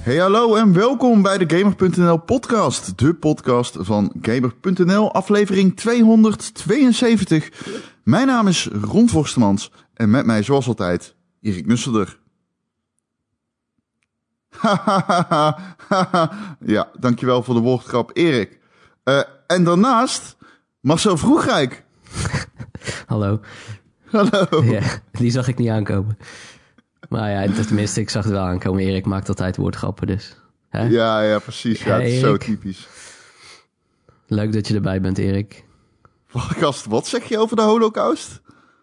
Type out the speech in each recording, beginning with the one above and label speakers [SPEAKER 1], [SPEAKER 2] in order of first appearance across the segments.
[SPEAKER 1] Hey, hallo en welkom bij de Gamer.nl podcast. De podcast van Gamer.nl, aflevering 272. Mijn naam is Ron Forstemans en met mij zoals altijd Erik Nusselder. Ja, dankjewel voor de woordgrap, Erik. En daarnaast Marcel Vroegrijk.
[SPEAKER 2] Hallo.
[SPEAKER 1] Hallo.
[SPEAKER 2] Ja, die zag ik niet aankomen. Maar ja, tenminste, ik zag het wel aankomen. Erik maakt altijd woordgrappen, dus. Hè?
[SPEAKER 1] Ja, precies. Ja, het is zo typisch.
[SPEAKER 2] Leuk dat je erbij bent, Erik.
[SPEAKER 1] Gast, wat zeg je over de Holocaust?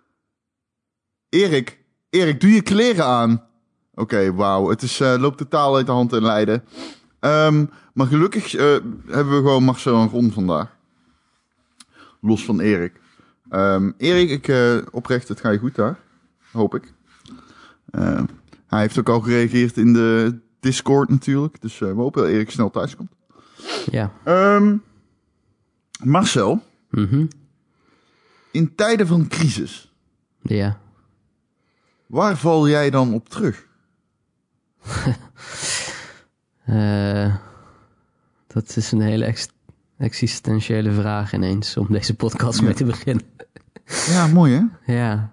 [SPEAKER 1] Erik, doe je kleren aan. Oké, wauw. Het is, loopt totaal uit de hand in Leiden. Maar gelukkig hebben we gewoon Marcel en Ron vandaag. Los van Erik. Erik, oprecht, het gaat je goed daar. Hoop ik. Hij heeft ook al gereageerd in de Discord natuurlijk. Dus we hopen dat Erik snel thuis komt.
[SPEAKER 2] Ja.
[SPEAKER 1] Marcel.
[SPEAKER 2] Mm-hmm.
[SPEAKER 1] In tijden van crisis.
[SPEAKER 2] Ja.
[SPEAKER 1] Waar val jij dan op terug?
[SPEAKER 2] Dat is een hele existentiële vraag ineens om deze podcast mee te beginnen.
[SPEAKER 1] Ja, mooi hè?
[SPEAKER 2] Ja.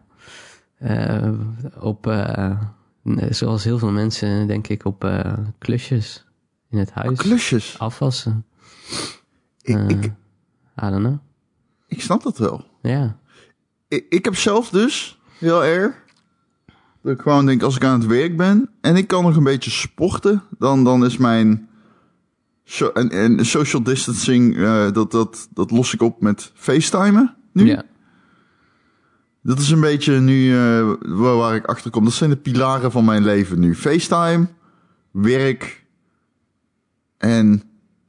[SPEAKER 2] Zoals heel veel mensen, denk ik, op klusjes in het huis.
[SPEAKER 1] Klusjes?
[SPEAKER 2] Afwassen.
[SPEAKER 1] I
[SPEAKER 2] don't know.
[SPEAKER 1] Ik snap dat wel.
[SPEAKER 2] Ja.
[SPEAKER 1] Ik heb zelf dus heel erg dat ik gewoon denk, als ik aan het werk ben en ik kan nog een beetje sporten, dan is mijn en social distancing, dat los ik op met FaceTimen nu.
[SPEAKER 2] Ja.
[SPEAKER 1] Dat is een beetje nu waar ik achter kom. Dat zijn de pilaren van mijn leven nu. FaceTime, werk en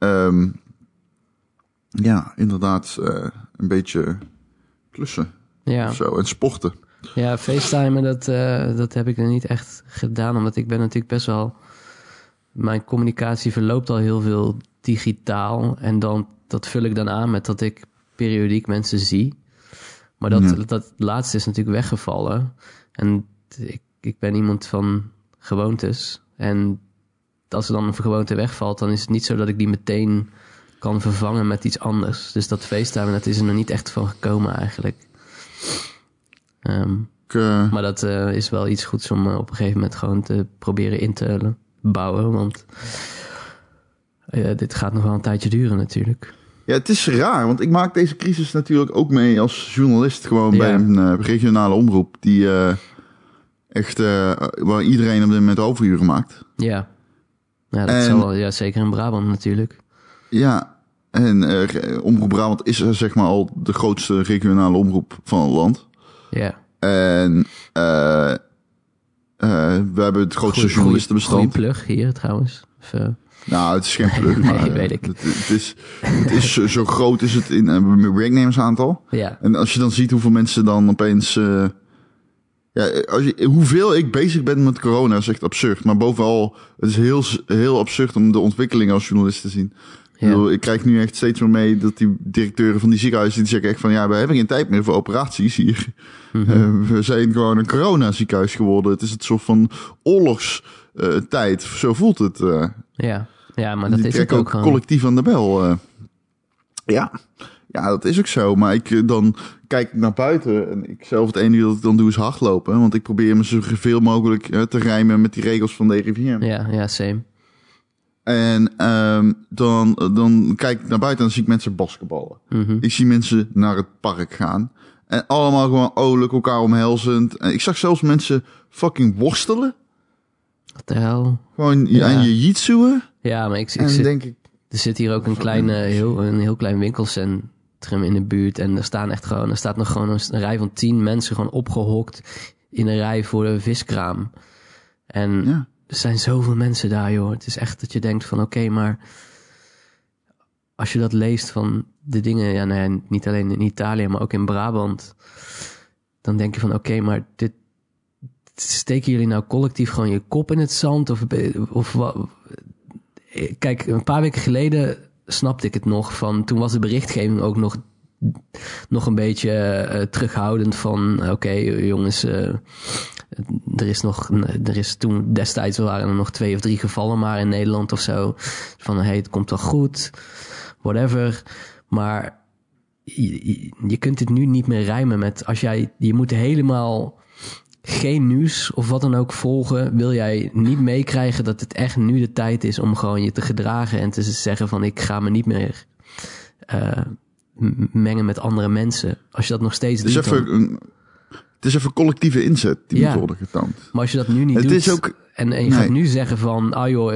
[SPEAKER 1] ja, inderdaad een beetje klussen.
[SPEAKER 2] Ja.
[SPEAKER 1] Of zo, en sporten.
[SPEAKER 2] Ja, FaceTimen, dat heb ik er niet echt gedaan. Omdat ik ben natuurlijk best wel... Mijn communicatie verloopt al heel veel digitaal. En dat vul ik dan aan met dat ik periodiek mensen zie. Maar dat laatste is natuurlijk weggevallen. En ik ben iemand van gewoontes. En als er dan een gewoonte wegvalt, dan is het niet zo dat ik die meteen kan vervangen met iets anders. Dus dat FaceTime, dat is er nog niet echt van gekomen eigenlijk. Maar dat is wel iets goeds om op een gegeven moment gewoon te proberen in te bouwen. Want dit gaat nog wel een tijdje duren natuurlijk.
[SPEAKER 1] Ja, het is raar, want ik maak deze crisis natuurlijk ook mee als journalist. Gewoon bij een regionale omroep die echt waar iedereen op dit moment overuren maakt.
[SPEAKER 2] Ja, dat zal wel, zeker in Brabant natuurlijk.
[SPEAKER 1] Ja, en Omroep Brabant is zeg maar al de grootste regionale omroep van het land.
[SPEAKER 2] Ja.
[SPEAKER 1] En we hebben het grootste journalistenbestand.
[SPEAKER 2] Goeie plug hier trouwens.
[SPEAKER 1] Nou, het is geen plug,
[SPEAKER 2] nee,
[SPEAKER 1] maar
[SPEAKER 2] weet ik.
[SPEAKER 1] Het is zo groot is het in werknemersaantal.
[SPEAKER 2] Ja.
[SPEAKER 1] En als je dan ziet hoeveel mensen dan opeens... hoeveel ik bezig ben met corona is echt absurd. Maar bovenal, het is heel absurd om de ontwikkeling als journalist te zien. Ja. Ik krijg nu echt steeds meer mee dat die directeuren van die ziekenhuizen die zeggen echt van ja, we hebben geen tijd meer voor operaties hier. Mm-hmm. We zijn gewoon een coronaziekenhuis geworden. Het is het soort van oorlogstijd. Zo voelt het.
[SPEAKER 2] Ja, maar dat is het
[SPEAKER 1] ook
[SPEAKER 2] gewoon.
[SPEAKER 1] Collectief aan de bel. Ja, dat is ook zo. Maar dan kijk ik naar buiten en ik zelf het enige dat ik dan doe is hardlopen. Want ik probeer me zoveel mogelijk te rijmen met die regels van de RIVM.
[SPEAKER 2] Ja, same.
[SPEAKER 1] En dan kijk ik naar buiten en dan zie ik mensen basketballen.
[SPEAKER 2] Mm-hmm.
[SPEAKER 1] Ik zie mensen naar het park gaan. En allemaal gewoon oorlijk elkaar omhelzend. En ik zag zelfs mensen fucking worstelen.
[SPEAKER 2] Wat de hel?
[SPEAKER 1] Gewoon aan je jitsuën.
[SPEAKER 2] Ja, maar
[SPEAKER 1] denk ik...
[SPEAKER 2] Er zit hier ook een heel klein winkelcentrum in de buurt. En er staat nog gewoon een rij van 10 mensen gewoon opgehokt in een rij voor de viskraam. En er zijn zoveel mensen daar, joh. Het is echt dat je denkt van oké, maar als je dat leest van de dingen, niet alleen in Italië, maar ook in Brabant, dan denk je van oké, maar dit steken jullie nou collectief gewoon je kop in het zand? Of wat? Kijk, een paar weken geleden snapte ik het nog van, toen was de berichtgeving ook nog een beetje terughoudend van oké, jongens, Er is toen destijds waren er nog 2 of 3 gevallen maar in Nederland of zo. Van het komt wel goed, whatever. Maar je kunt dit nu niet meer rijmen met je moet helemaal geen nieuws of wat dan ook volgen. Wil jij niet meekrijgen dat het echt nu de tijd is om gewoon je te gedragen en te zeggen van ik ga me niet meer mengen met andere mensen. Als je dat nog steeds doet.
[SPEAKER 1] Het is even collectieve inzet die moet worden getoond.
[SPEAKER 2] Maar als je dat nu niet doet
[SPEAKER 1] is ook,
[SPEAKER 2] en je gaat nu zeggen van joh,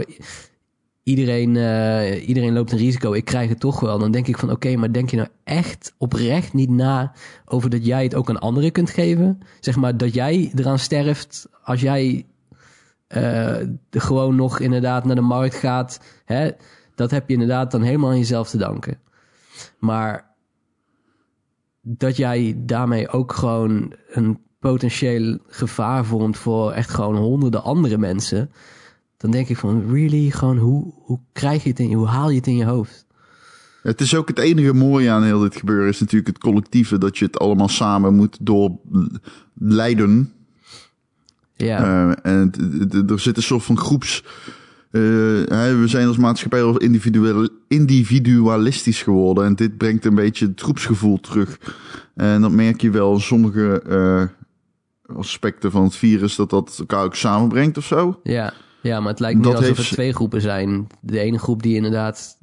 [SPEAKER 2] iedereen loopt een risico, ik krijg het toch wel. Dan denk ik van oké, maar denk je nou echt oprecht niet na over dat jij het ook aan anderen kunt geven? Zeg maar dat jij eraan sterft als jij gewoon nog inderdaad naar de markt gaat. Hè? Dat heb je inderdaad dan helemaal aan jezelf te danken. Maar dat jij daarmee ook gewoon een potentieel gevaar vormt voor echt gewoon honderden andere mensen. Dan denk ik van, really? Gewoon, hoe krijg je het hoe haal je het in je hoofd?
[SPEAKER 1] Het is ook het enige mooie aan heel dit gebeuren is natuurlijk het collectieve, dat je het allemaal samen moet doorleiden.
[SPEAKER 2] Ja.
[SPEAKER 1] En er zit een soort van groeps... we zijn als maatschappij al individualistisch geworden. En dit brengt een beetje het groepsgevoel terug. En dat merk je wel in sommige aspecten van het virus, dat elkaar ook samenbrengt of zo.
[SPEAKER 2] Ja, maar het lijkt nu alsof er 2 groepen zijn. De ene groep die inderdaad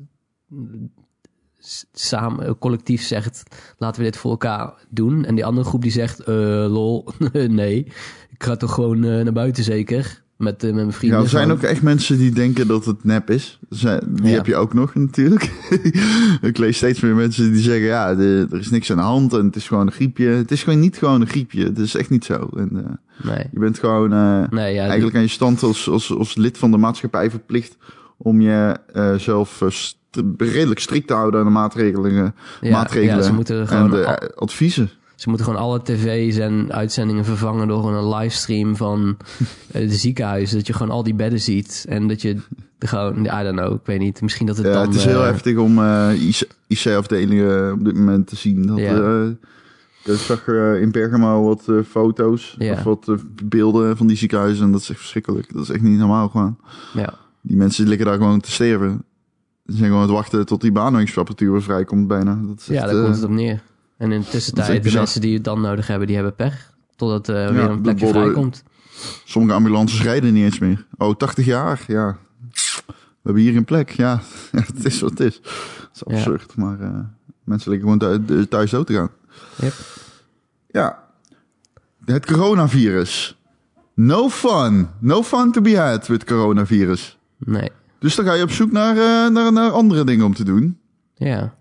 [SPEAKER 2] samen collectief zegt, laten we dit voor elkaar doen. En die andere groep die zegt, lol, nee, ik ga toch gewoon naar buiten zeker. Met mijn vrienden.
[SPEAKER 1] Ja, er zijn ook echt mensen die denken dat het nep is. Die heb je ook nog natuurlijk. Ik lees steeds meer mensen die zeggen, er is niks aan de hand en het is gewoon een griepje. Het is gewoon niet gewoon een griepje. Het is echt niet zo. En,
[SPEAKER 2] nee.
[SPEAKER 1] Je bent gewoon eigenlijk aan je stand als lid van de maatschappij verplicht om je zelf redelijk strikt te houden aan de maatregelen
[SPEAKER 2] ze moeten gewoon
[SPEAKER 1] en de adviezen.
[SPEAKER 2] Ze moeten gewoon alle tv's en uitzendingen vervangen door een livestream van de ziekenhuizen. Dat je gewoon al die bedden ziet. En dat je gewoon, I don't know, ik weet niet. Misschien dat het dan...
[SPEAKER 1] Het is heel heftig om IC-afdelingen op dit moment te zien. Ik zag in Bergamo wat foto's of wat beelden van die ziekenhuizen. En dat is echt verschrikkelijk. Dat is echt niet normaal gewoon.
[SPEAKER 2] Ja.
[SPEAKER 1] Die mensen liggen daar gewoon te sterven. Ze zijn gewoon aan het wachten tot die beademingsapparatuur vrijkomt bijna. Dat is echt,
[SPEAKER 2] daar komt het op neer. En in de tussentijd, de mensen die het dan nodig hebben, die hebben pech. Totdat weer een plekje vrijkomt.
[SPEAKER 1] Sommige ambulances rijden niet eens meer. 80 jaar, ja. We hebben hier een plek, ja. Het is wat het is. Het is absurd, maar mensen liggen gewoon thuis dood te gaan.
[SPEAKER 2] Yep.
[SPEAKER 1] Ja. Het coronavirus. No fun. No fun to be had with coronavirus.
[SPEAKER 2] Nee.
[SPEAKER 1] Dus dan ga je op zoek naar andere dingen om te doen.
[SPEAKER 2] Ja.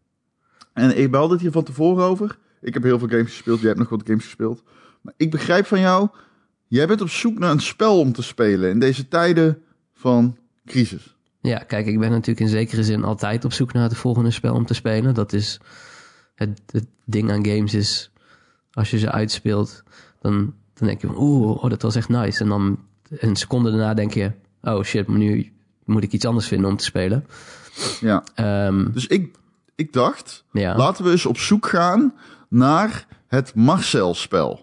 [SPEAKER 1] En ik belde het hier van tevoren over. Ik heb heel veel games gespeeld. Jij hebt nog wat games gespeeld. Maar ik begrijp van jou, jij bent op zoek naar een spel om te spelen in deze tijden van crisis.
[SPEAKER 2] Ja, kijk, ik ben natuurlijk in zekere zin altijd op zoek naar het volgende spel om te spelen. Dat is het ding aan games is, als je ze uitspeelt, dan denk je van, dat was echt nice. En dan een seconde daarna denk je, oh shit, maar nu moet ik iets anders vinden om te spelen.
[SPEAKER 1] Ja, dus ik dacht, laten we eens op zoek gaan naar het Marcel-spel.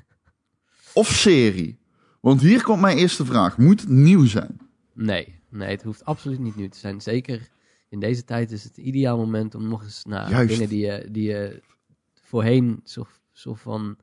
[SPEAKER 1] Of serie. Want hier komt mijn eerste vraag. Moet het nieuw zijn?
[SPEAKER 2] Nee, het hoeft absoluut niet nieuw te zijn. Zeker in deze tijd is het een ideaal moment om nog eens naar dingen die je voorheen zo van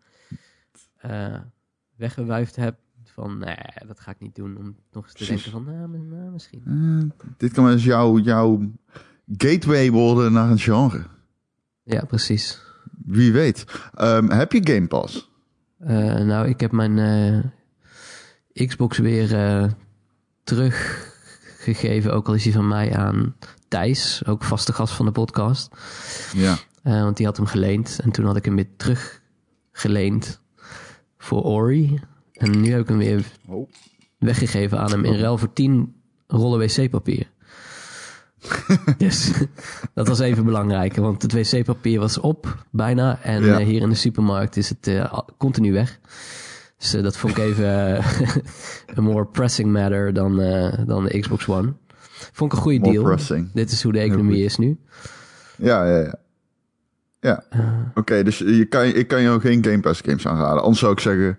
[SPEAKER 2] weggewuifd hebt. Van, nee, dat ga ik niet doen. Om nog eens te denken van, misschien.
[SPEAKER 1] Dit kan eens jouw gateway worden naar een genre.
[SPEAKER 2] Ja, precies.
[SPEAKER 1] Wie weet. Heb je Game Pass?
[SPEAKER 2] Nou, ik heb mijn Xbox weer teruggegeven. Ook al is hij van mij aan Thijs. Ook vaste gast van de podcast.
[SPEAKER 1] Ja.
[SPEAKER 2] Want die had hem geleend. En toen had ik hem weer teruggeleend voor Ori. En nu heb ik hem weer weggegeven aan hem in ruil voor 10 rollen wc-papier. Dus dat was even belangrijk. Want het wc-papier was op, bijna. En hier in de supermarkt is het continu weg. Dus dat vond ik even een more pressing matter dan de Xbox One. Vond ik een goede deal.
[SPEAKER 1] Pressing.
[SPEAKER 2] Dit is hoe de economie is nu.
[SPEAKER 1] Ja. Oké, dus ik kan jou geen Game Pass games aanraden. Anders zou ik zeggen,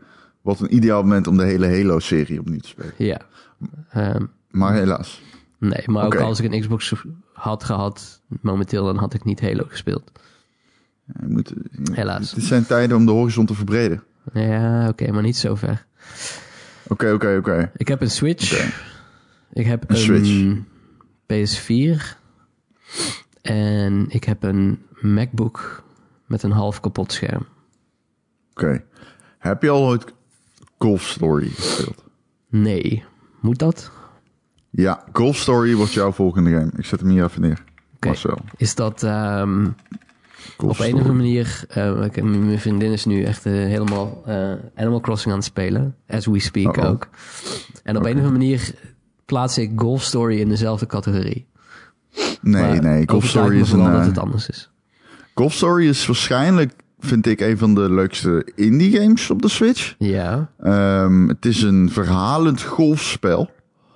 [SPEAKER 1] Wat een ideaal moment om de hele Halo-serie opnieuw te spelen.
[SPEAKER 2] Ja.
[SPEAKER 1] Maar helaas.
[SPEAKER 2] Nee, maar
[SPEAKER 1] Oké.
[SPEAKER 2] ook als ik een Xbox had gehad momenteel, dan had ik niet Halo gespeeld. Helaas.
[SPEAKER 1] Het zijn tijden om de horizon te verbreden.
[SPEAKER 2] Ja, oké, maar niet zo ver.
[SPEAKER 1] Oké.
[SPEAKER 2] Ik heb een Switch.
[SPEAKER 1] Oké.
[SPEAKER 2] Ik heb
[SPEAKER 1] Een Switch.
[SPEAKER 2] PS4. En ik heb een MacBook met een half kapot scherm.
[SPEAKER 1] Oké. Heb je al ooit Golf Story gespeeld?
[SPEAKER 2] Nee. Moet dat?
[SPEAKER 1] Ja, Golf Story wordt jouw volgende game. Ik zet hem hier even neer.
[SPEAKER 2] Oké.
[SPEAKER 1] Marcel.
[SPEAKER 2] Is dat
[SPEAKER 1] Golf
[SPEAKER 2] op een of andere manier... mijn vriendin is nu echt helemaal Animal Crossing aan het spelen. As we speak
[SPEAKER 1] Uh-oh.
[SPEAKER 2] ook. En op een of andere manier plaats ik Golf Story in dezelfde categorie.
[SPEAKER 1] Nee. Golf Story is
[SPEAKER 2] vooral dat
[SPEAKER 1] een...
[SPEAKER 2] het anders is.
[SPEAKER 1] Golf Story is waarschijnlijk, vind ik, een van de leukste indie games op de Switch.
[SPEAKER 2] Ja.
[SPEAKER 1] Het is een verhalend golfspel.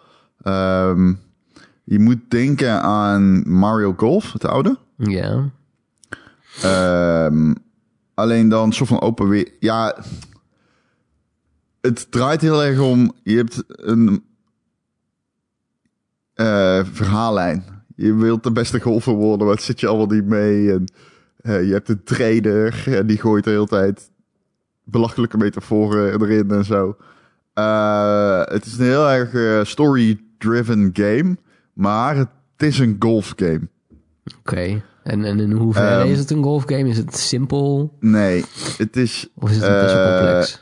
[SPEAKER 1] Je moet denken aan Mario Golf, het oude.
[SPEAKER 2] Ja.
[SPEAKER 1] Alleen dan soort van open weer. Ja, het draait heel erg om. Je hebt een verhaallijn. Je wilt de beste golfer worden, maar het zit je allemaal niet mee. En je hebt een trainer en die gooit de hele tijd belachelijke metaforen erin en zo. Het is een heel erg story-driven game, maar het is een golfgame.
[SPEAKER 2] Oké. En in hoeverre is het een golfgame? Is het simpel?
[SPEAKER 1] Nee, het is...
[SPEAKER 2] Of is het best wel complex?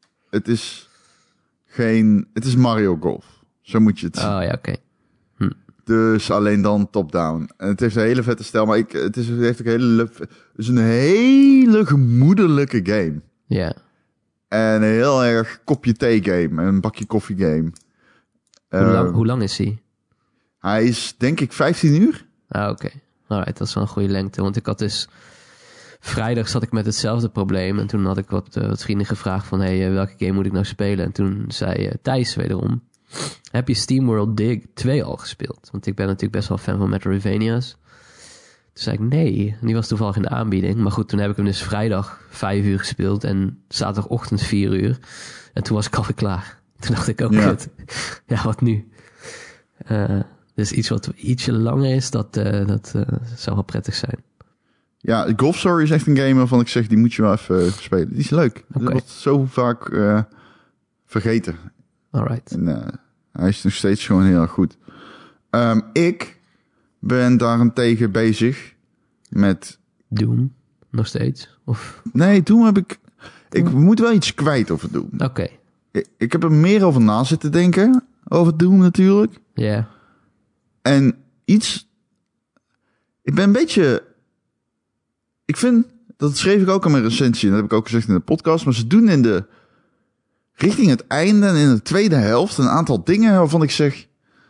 [SPEAKER 1] Het is Mario Golf. Zo moet je het zien.
[SPEAKER 2] Oh ja, oké.
[SPEAKER 1] Dus alleen dan top-down. En het heeft een hele vette stijl, maar het is een hele gemoedelijke game.
[SPEAKER 2] Ja.
[SPEAKER 1] En een heel erg kopje thee game. Een bakje koffie game.
[SPEAKER 2] Hoe lang is hij?
[SPEAKER 1] Hij is denk ik 15 uur.
[SPEAKER 2] Ah, oké. Alright, dat is wel een goede lengte. Want ik had dus... Vrijdag zat ik met hetzelfde probleem. En toen had ik wat vrienden gevraagd van... Hey, welke game moet ik nou spelen? En toen zei Thijs wederom... Heb je SteamWorld Dig 2 al gespeeld? Want ik ben natuurlijk best wel fan van Metroidvania's. Toen zei ik nee. En die was toevallig in de aanbieding. Maar goed, toen heb ik hem dus vrijdag 5 uur gespeeld. En zaterdagochtend 4 uur. En toen was ik alweer klaar. Toen dacht ik ook, kut. Ja, wat nu? Dus iets wat ietsje langer is, dat zou wel prettig zijn.
[SPEAKER 1] Ja, Golf Story is echt een game waarvan ik zeg, die moet je wel even spelen. Die is leuk.
[SPEAKER 2] Okay.
[SPEAKER 1] Dat wordt zo vaak vergeten.
[SPEAKER 2] Alright.
[SPEAKER 1] En hij is nog steeds gewoon heel erg goed. Ik ben daarentegen bezig met...
[SPEAKER 2] Doom, nog steeds? Of...
[SPEAKER 1] Nee, Doom heb ik... Ik moet wel iets kwijt over Doom.
[SPEAKER 2] Oké.
[SPEAKER 1] Ik heb er meer over na zitten denken. Over Doom natuurlijk.
[SPEAKER 2] Ja. Yeah.
[SPEAKER 1] En iets... Ik ben een beetje... Ik vind... Dat schreef ik ook aan mijn recensie. En dat heb ik ook gezegd in de podcast. Maar ze doen richting het einde en in de tweede helft een aantal dingen waarvan ik zeg...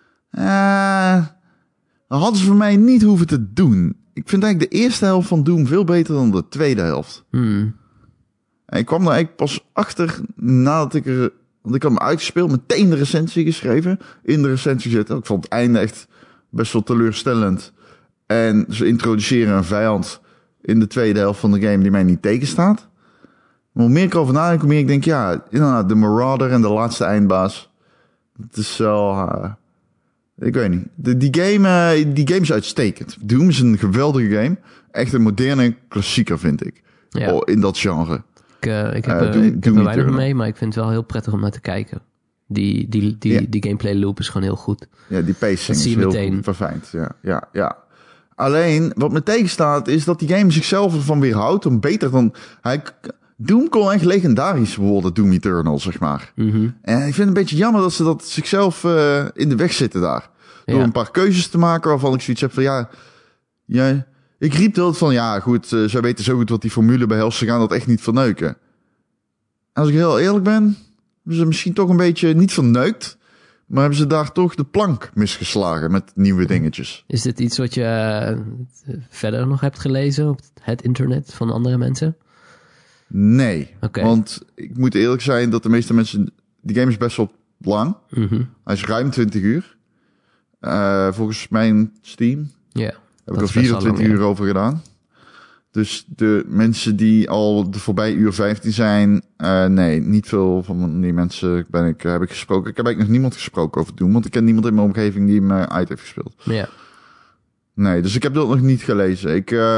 [SPEAKER 1] dat hadden ze voor mij niet hoeven te doen. Ik vind eigenlijk de eerste helft van Doom veel beter dan de tweede helft. En ik kwam daar eigenlijk pas achter nadat want ik had me uitgespeeld, meteen de recensie geschreven. In de recensie zitten. Ik vond het einde echt best wel teleurstellend. En ze introduceren een vijand in de tweede helft van de game die mij niet tegenstaat. Maar hoe meer ik erover nadenk, hoe meer ik denk, ja, inderdaad, de Marauder en de laatste eindbaas. Het is wel... ik weet niet. Die game is uitstekend. Doom is een geweldige game. Echt een moderne klassieker, vind ik.
[SPEAKER 2] Ja.
[SPEAKER 1] In dat genre.
[SPEAKER 2] Ik heb er weinig mee, maar ik vind het wel heel prettig om naar te kijken. Die gameplay loop is gewoon heel goed.
[SPEAKER 1] Ja, die pacing is heel verfijnd. Ja. Alleen, wat me tegenstaat, is dat die game zichzelf ervan weerhoudt om beter dan... Doom kon echt legendarisch worden, Doom Eternal, zeg maar.
[SPEAKER 2] Mm-hmm.
[SPEAKER 1] En ik vind het een beetje jammer dat ze dat zichzelf in de weg zitten daar. Door een paar keuzes te maken waarvan ik zoiets heb van... Ja, ik riep altijd van... Ja, goed, zij weten zo goed wat die formule behelst. Ze gaan dat echt niet verneuken. En als ik heel eerlijk ben... hebben ze misschien toch een beetje niet verneukt... maar hebben ze daar toch de plank misgeslagen met nieuwe dingetjes.
[SPEAKER 2] Is dit iets wat je verder nog hebt gelezen op het internet van andere mensen?
[SPEAKER 1] Nee, want ik moet eerlijk zijn dat de meeste mensen... Die game is best wel lang.
[SPEAKER 2] Mm-hmm.
[SPEAKER 1] Hij is ruim 20 uur. Volgens mijn Steam.
[SPEAKER 2] Ja.
[SPEAKER 1] Heb ik er 24 uur over gedaan. Dus de mensen die al de voorbij uur 15 zijn... nee, niet veel van die mensen heb ik gesproken. Ik heb eigenlijk nog niemand gesproken over Doom. Want ik ken niemand in mijn omgeving die hem uit heeft gespeeld.
[SPEAKER 2] Ja.
[SPEAKER 1] Nee, dus ik heb dat nog niet gelezen.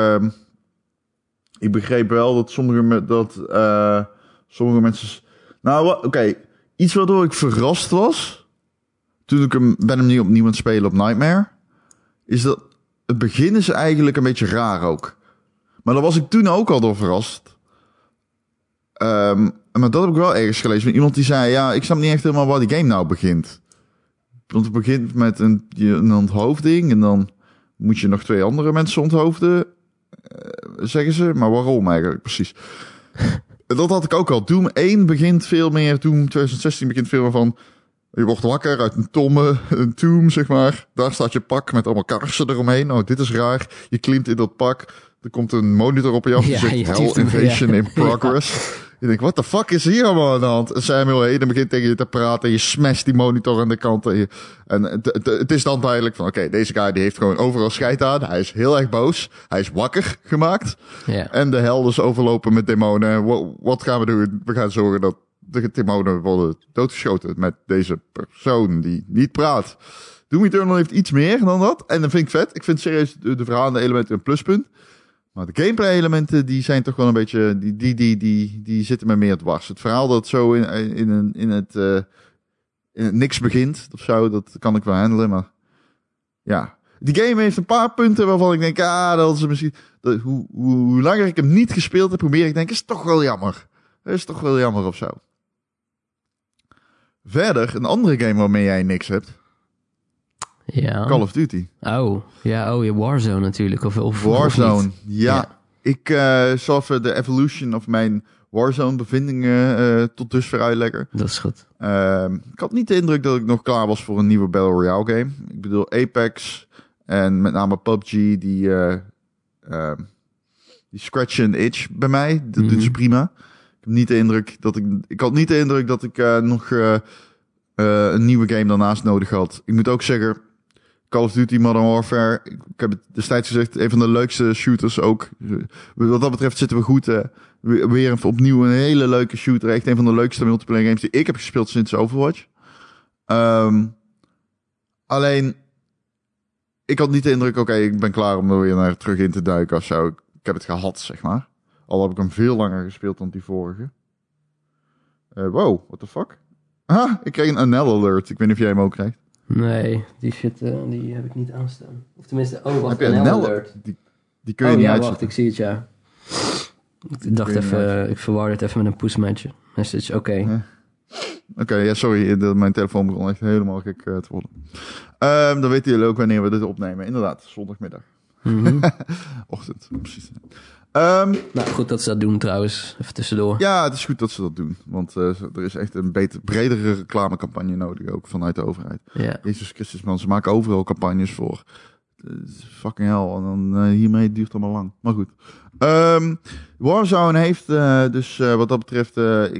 [SPEAKER 1] Ik begreep wel dat sommige mensen... Nou, oké. Iets waardoor ik verrast was... toen ik ben hem niet opnieuw aan het spelen op Nightmare... is dat het begin is eigenlijk een beetje raar ook. Maar daar was ik toen ook al door verrast. Maar dat heb ik wel ergens gelezen. Van iemand die zei... ja, ik snap niet echt helemaal waar die game nou begint. Want het begint met een onthoofding... en dan moet je nog 2 andere mensen onthoofden... zeggen ze. Maar waarom eigenlijk precies? Dat had ik ook al. Doom 1 begint veel meer... Doom 2016 begint veel meer van... je wordt wakker uit een tomb, zeg maar. Daar staat je pak met allemaal karsen eromheen. Oh, dit is raar. Je klimt in dat pak... er komt een monitor op je af die zegt Hell Invasion in progress. Je denkt, what the fuck is hier allemaal aan de hand? En Samuel Hayden begint tegen je te praten. Je smasht die monitor aan de kant. En het is dan duidelijk van, oké, deze guy die heeft gewoon overal scheid aan. Hij is heel erg boos. Hij is wakker gemaakt.
[SPEAKER 2] Ja.
[SPEAKER 1] En de hel is overlopen met demonen. Wat gaan we doen? We gaan zorgen dat de demonen worden doodgeschoten met deze persoon die niet praat. Doom Eternal heeft iets meer dan dat. En dat vind ik vet. Ik vind serieus de verhalende elementen een pluspunt. Maar de gameplay-elementen, die zijn toch wel een beetje... Die zitten me meer dwars. Het verhaal dat zo in het niks begint, of zo, dat kan ik wel handelen, maar... Ja. Die game heeft een paar punten waarvan ik denk... dat is misschien... Hoe langer ik hem niet gespeeld heb, hoe meer ik denk... is toch wel jammer. Is toch wel jammer of zo. Verder, een andere game waarmee jij niks hebt...
[SPEAKER 2] Ja.
[SPEAKER 1] Call of Duty.
[SPEAKER 2] Oh, ja, Warzone natuurlijk. Of
[SPEAKER 1] Warzone, ja. Ik zal even de evolution of mijn Warzone-bevindingen tot dusver uitleggen.
[SPEAKER 2] Dat is goed.
[SPEAKER 1] Ik had niet de indruk dat ik nog klaar was voor een nieuwe Battle Royale game. Ik bedoel, Apex en met name PUBG, die scratch and itch bij mij. Dat doen ze prima. Ik heb niet de indruk dat ik had niet de indruk dat ik nog een nieuwe game daarnaast nodig had. Ik moet ook zeggen... Call of Duty Modern Warfare, ik heb het destijds gezegd, een van de leukste shooters ook. Wat dat betreft zitten we goed. Weer opnieuw een hele leuke shooter. Echt een van de leukste multiplayer games die ik heb gespeeld sinds Overwatch. Alleen, ik had niet de indruk, oké, ik ben klaar om er weer terug in te duiken of zo. Ik heb het gehad, zeg maar. Al heb ik hem veel langer gespeeld dan die vorige. Wow, what the fuck? Ik kreeg een Anel alert. Ik weet niet of jij hem ook krijgt.
[SPEAKER 2] Nee, die shit die heb ik niet aanstaan. Of tenminste, wacht,
[SPEAKER 1] heb je een alert? Die kun je niet uitzetten.
[SPEAKER 2] Wacht, ik zie het, ja. Ik dacht even, ik verwarde het even met een push message. Oké.
[SPEAKER 1] Oké, ja, sorry. Mijn telefoon begon echt helemaal gek te worden. Dan weten jullie ook wanneer we dit opnemen. Inderdaad, zondagmiddag. Ochtend, precies.
[SPEAKER 2] Nou, goed dat ze dat doen trouwens. Even tussendoor.
[SPEAKER 1] Ja, het is goed dat ze dat doen. Want er is echt een bredere reclamecampagne nodig, ook vanuit de overheid.
[SPEAKER 2] Ja.
[SPEAKER 1] Jezus Christus, man, ze maken overal campagnes voor. Fucking hell. En dan hiermee duurt het allemaal lang. Maar goed. Warzone heeft dus wat dat betreft...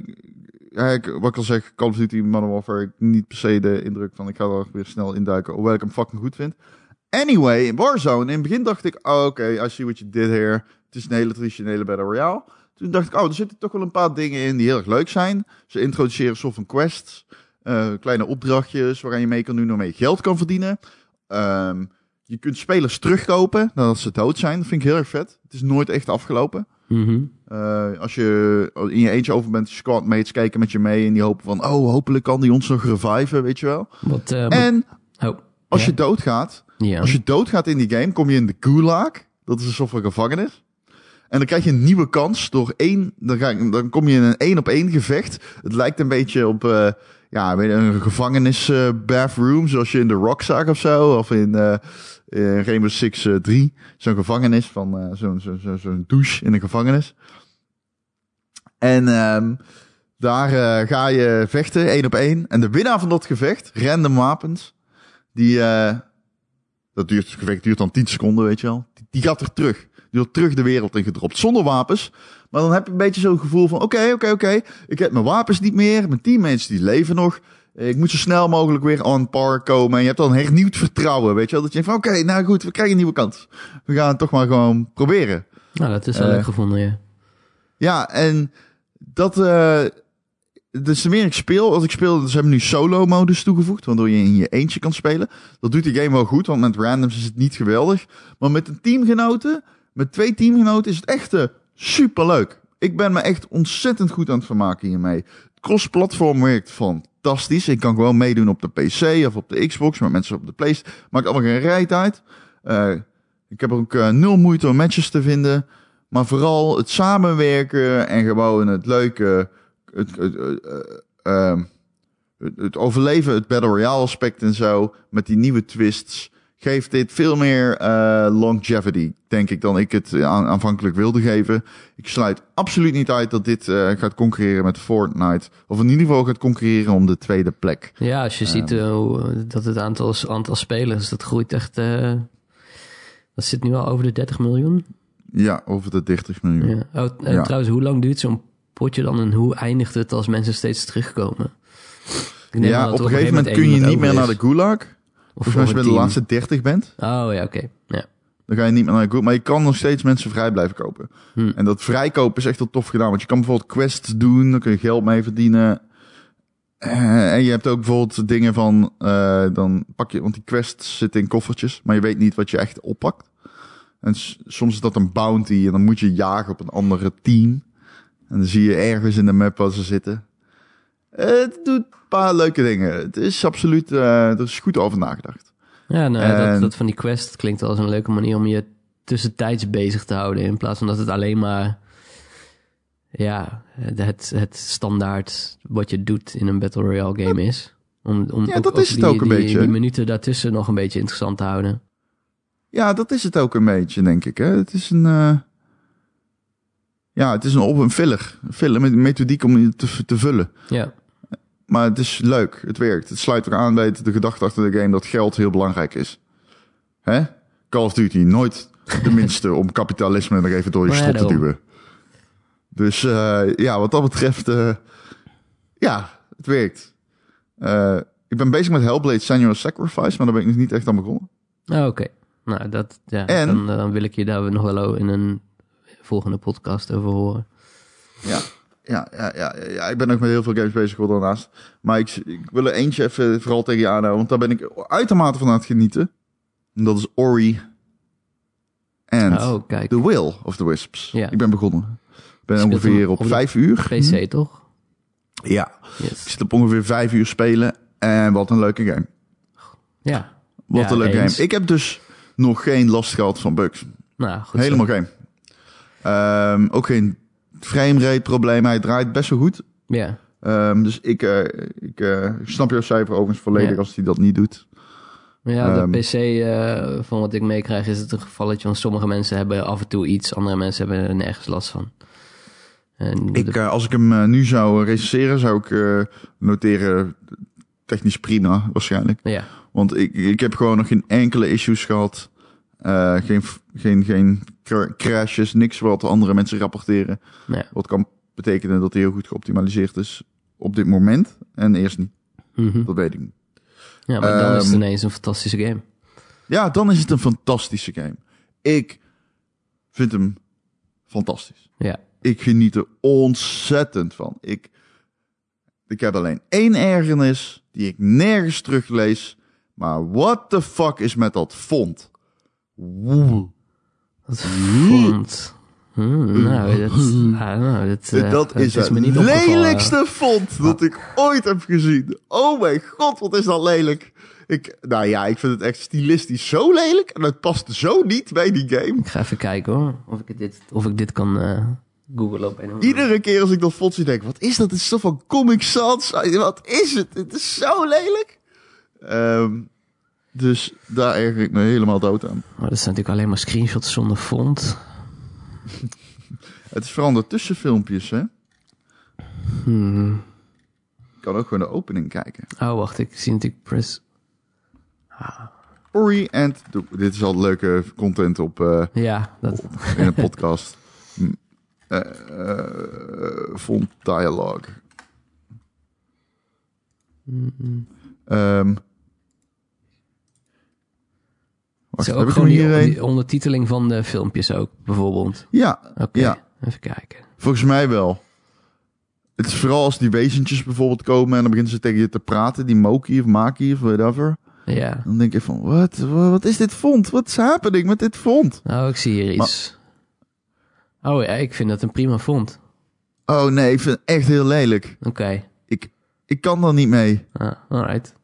[SPEAKER 1] wat ik al zeg, Call of Duty Modern Warfare... niet per se de indruk van ik ga er weer snel induiken... hoewel ik hem fucking goed vind. Anyway, in Warzone, in het begin dacht ik... oké, I see what you did here. Het is een hele traditionele Battle Royale. Toen dacht ik, er zitten toch wel een paar dingen in die heel erg leuk zijn. Ze introduceren een soort van quests. Kleine opdrachtjes waaraan je mee kan doen, waarmee je geld kan verdienen. Je kunt spelers terugkopen nadat ze dood zijn. Dat vind ik heel erg vet. Het is nooit echt afgelopen. Als je in je eentje over bent, squadmates kijken met je mee en die hopen van, hopelijk kan die ons nog reviven, weet je wel. Als je doodgaat, als je doodgaat in die game, kom je in de Gulag. Dat is een soort van gevangenis. En dan krijg je een nieuwe kans door dan kom je in een 1-op-1 gevecht. Het lijkt een beetje op een gevangenis bathroom, zoals je in The Rock zag of zo. Of in Rainbow Six 3. Zo'n gevangenis van zo'n douche in een gevangenis. En daar ga je vechten, 1-op-1. En de winnaar van dat gevecht, random wapens, het gevecht duurt dan 10 seconden, weet je wel. Die gaat er terug. Die wordt terug de wereld in gedropt. Zonder wapens. Maar dan heb je een beetje zo'n gevoel van... Oké. Ik heb mijn wapens niet meer. Mijn teammates die leven nog. Ik moet zo snel mogelijk weer on par komen. En je hebt dan hernieuwd vertrouwen, weet je wel. Dat je denkt van nou goed, we krijgen een nieuwe kans. We gaan het toch maar gewoon proberen.
[SPEAKER 2] Nou, dat is wel leuk gevonden, ja.
[SPEAKER 1] Ja, en dat... dus de meer ik speel, als ik speel... Ze hebben nu solo-modus toegevoegd, waardoor je in je eentje kan spelen. Dat doet die game wel goed, want met randoms is het niet geweldig. Maar met een teamgenoten, met 2 teamgenoten, is het echt superleuk. Ik ben me echt ontzettend goed aan het vermaken hiermee. Het cross-platform werkt fantastisch. Ik kan gewoon meedoen op de PC of op de Xbox, met mensen op de PlayStation. Maakt allemaal geen reet uit. Ik heb ook 0 moeite om matches te vinden. Maar vooral het samenwerken en gewoon het leuke... Het overleven, het Battle Royale aspect en zo, met die nieuwe twists, geeft dit veel meer longevity, denk ik, dan ik het aanvankelijk wilde geven. Ik sluit absoluut niet uit dat dit gaat concurreren met Fortnite. Of in ieder geval gaat concurreren om de tweede plek.
[SPEAKER 2] Ja, als je ziet dat het aantal spelers, dat groeit echt... dat zit nu al over de 30 miljoen.
[SPEAKER 1] Ja, over de 30 miljoen.
[SPEAKER 2] Ja. Trouwens, hoe lang duurt zo'n potje dan en hoe eindigt het als mensen steeds terugkomen?
[SPEAKER 1] Ja, op een gegeven moment kun je niet meer naar de Gulag. Of als je bij de laatste 30 bent.
[SPEAKER 2] Oh ja, oké. Ja.
[SPEAKER 1] Dan ga je niet meer naar de Gulag. Maar je kan nog steeds mensen vrij blijven kopen. En dat vrijkopen is echt wel tof gedaan. Want je kan bijvoorbeeld quests doen. Dan kun je geld mee verdienen. En je hebt ook bijvoorbeeld dingen van... dan pak je... Want die quests zitten in koffertjes. Maar je weet niet wat je echt oppakt. En soms is dat een bounty. En dan moet je jagen op een andere team. En dan zie je ergens in de map waar ze zitten. Het doet een paar leuke dingen. Het is absoluut... er is goed over nagedacht.
[SPEAKER 2] Ja, nou, dat van die quest klinkt wel als een leuke manier om je tussentijds bezig te houden. In plaats van dat het alleen maar... Ja, het standaard wat je doet in een Battle Royale game is. Om
[SPEAKER 1] dat is het ook een beetje.
[SPEAKER 2] Die minuten daartussen nog een beetje interessant te houden.
[SPEAKER 1] Ja, dat is het ook een beetje, denk ik. Hè? Het is een... het is een filler. Een filler met een methodiek om je te vullen.
[SPEAKER 2] Ja.
[SPEAKER 1] Maar het is leuk. Het werkt. Het sluit er aan bij de gedachte achter de game dat geld heel belangrijk is. Hè? Call of Duty, nooit de minste om kapitalisme nog even door je strot te duwen. Dus wat dat betreft... het werkt. Ik ben bezig met Hellblade Senua's Sacrifice, maar daar ben ik nog niet echt aan begonnen.
[SPEAKER 2] Oh, oké. Nou, dan wil ik je daar nog wel in een volgende podcast over horen.
[SPEAKER 1] Ja, ik ben nog met heel veel games bezig geworden daarnaast. Maar ik wil er eentje even vooral tegen je aanhouden, want daar ben ik uitermate van aan het genieten. En dat is Ori and The Will of the Wisps. Ja. Ik ben begonnen. Ik ben ongeveer op 5 uur.
[SPEAKER 2] PC, toch?
[SPEAKER 1] Ja. Yes. Ik zit op ongeveer 5 uur spelen. En wat een leuke game.
[SPEAKER 2] Ja.
[SPEAKER 1] Wat een leuke game. Ik heb dus nog geen last gehad van bugs.
[SPEAKER 2] Nou, goed.
[SPEAKER 1] Helemaal geen. Ook geen framerate probleem. Hij draait best wel goed.
[SPEAKER 2] Ja.
[SPEAKER 1] Dus ik snap jouw cijfer overigens volledig als hij dat niet doet.
[SPEAKER 2] Ja, de PC, van wat ik meekrijg, is het een gevalletje van sommige mensen hebben af en toe iets, andere mensen hebben er nergens last van.
[SPEAKER 1] Als ik hem nu zou recenseren, zou ik noteren technisch prima, waarschijnlijk.
[SPEAKER 2] Ja.
[SPEAKER 1] Want ik heb gewoon nog geen enkele issues gehad. Geen crashes, niks wat andere mensen rapporteren.
[SPEAKER 2] Ja.
[SPEAKER 1] Wat kan betekenen dat hij heel goed geoptimaliseerd is op dit moment. En eerst niet.
[SPEAKER 2] Mm-hmm.
[SPEAKER 1] Dat weet ik niet.
[SPEAKER 2] Ja, maar dan is het ineens een fantastische game. Ja,
[SPEAKER 1] dan is het een fantastische game. Ik vind hem fantastisch.
[SPEAKER 2] Ja.
[SPEAKER 1] Ik geniet er ontzettend van. Ik heb alleen 1 ergernis die ik nergens teruglees. Maar what the fuck is met dat font?
[SPEAKER 2] Dat font?
[SPEAKER 1] Dat is het lelijkste font dat ik ooit heb gezien. Oh mijn god, wat is dat lelijk. Ik vind het echt stilistisch zo lelijk. En het past zo niet bij die game.
[SPEAKER 2] Ik ga even kijken hoor. Of ik dit kan googlen op een of andere.
[SPEAKER 1] Iedere keer als ik dat font zie, denk ik, wat is dat? Het is toch van Comic Sans? Wat is het? Het is zo lelijk. Dus daar erger ik me helemaal dood aan.
[SPEAKER 2] Maar dat zijn natuurlijk alleen maar screenshots zonder font.
[SPEAKER 1] Het is veranderd tussen filmpjes, hè?
[SPEAKER 2] Ik
[SPEAKER 1] kan ook gewoon de opening kijken.
[SPEAKER 2] Oh, wacht. Ik zie natuurlijk press.
[SPEAKER 1] Ori and... Dit is al leuke content op... in een podcast. Font dialogue. Wacht,
[SPEAKER 2] Zo
[SPEAKER 1] heb
[SPEAKER 2] ook
[SPEAKER 1] ik hem
[SPEAKER 2] gewoon
[SPEAKER 1] hierheen?
[SPEAKER 2] die ondertiteling van de filmpjes ook, bijvoorbeeld.
[SPEAKER 1] Ja,
[SPEAKER 2] Oké,
[SPEAKER 1] ja,
[SPEAKER 2] even kijken.
[SPEAKER 1] volgens mij wel. Het is vooral als die wezentjes bijvoorbeeld komen en dan beginnen ze tegen je te praten, die Moki of Maki of whatever.
[SPEAKER 2] Ja.
[SPEAKER 1] Dan denk je van, wat is dit font? Wat is happening met dit font?
[SPEAKER 2] Oh, ik zie hier iets. Oh ja, ik vind dat een prima font.
[SPEAKER 1] Oh nee, ik vind het echt heel lelijk.
[SPEAKER 2] Oké.
[SPEAKER 1] Ik kan daar niet mee.
[SPEAKER 2] Ah, alright.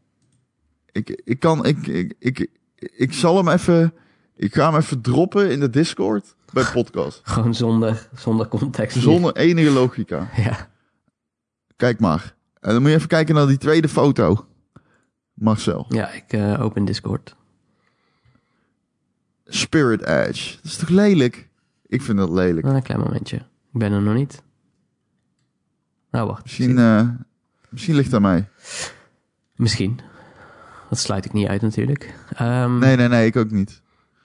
[SPEAKER 1] Ik zal hem even, ik ga hem even droppen in de Discord bij podcast.
[SPEAKER 2] Gewoon zonder context.
[SPEAKER 1] Zonder enige logica.
[SPEAKER 2] Ja.
[SPEAKER 1] Kijk maar. En dan moet je even kijken naar die tweede foto. Marcel.
[SPEAKER 2] Ja, ik open Discord.
[SPEAKER 1] Spirit Edge. Dat is toch lelijk? Ik vind dat lelijk.
[SPEAKER 2] Een klein momentje. Ik ben er nog niet. Nou, wacht.
[SPEAKER 1] Misschien ligt het aan mij.
[SPEAKER 2] Misschien. Dat sluit ik niet uit natuurlijk.
[SPEAKER 1] Nee, ik ook niet.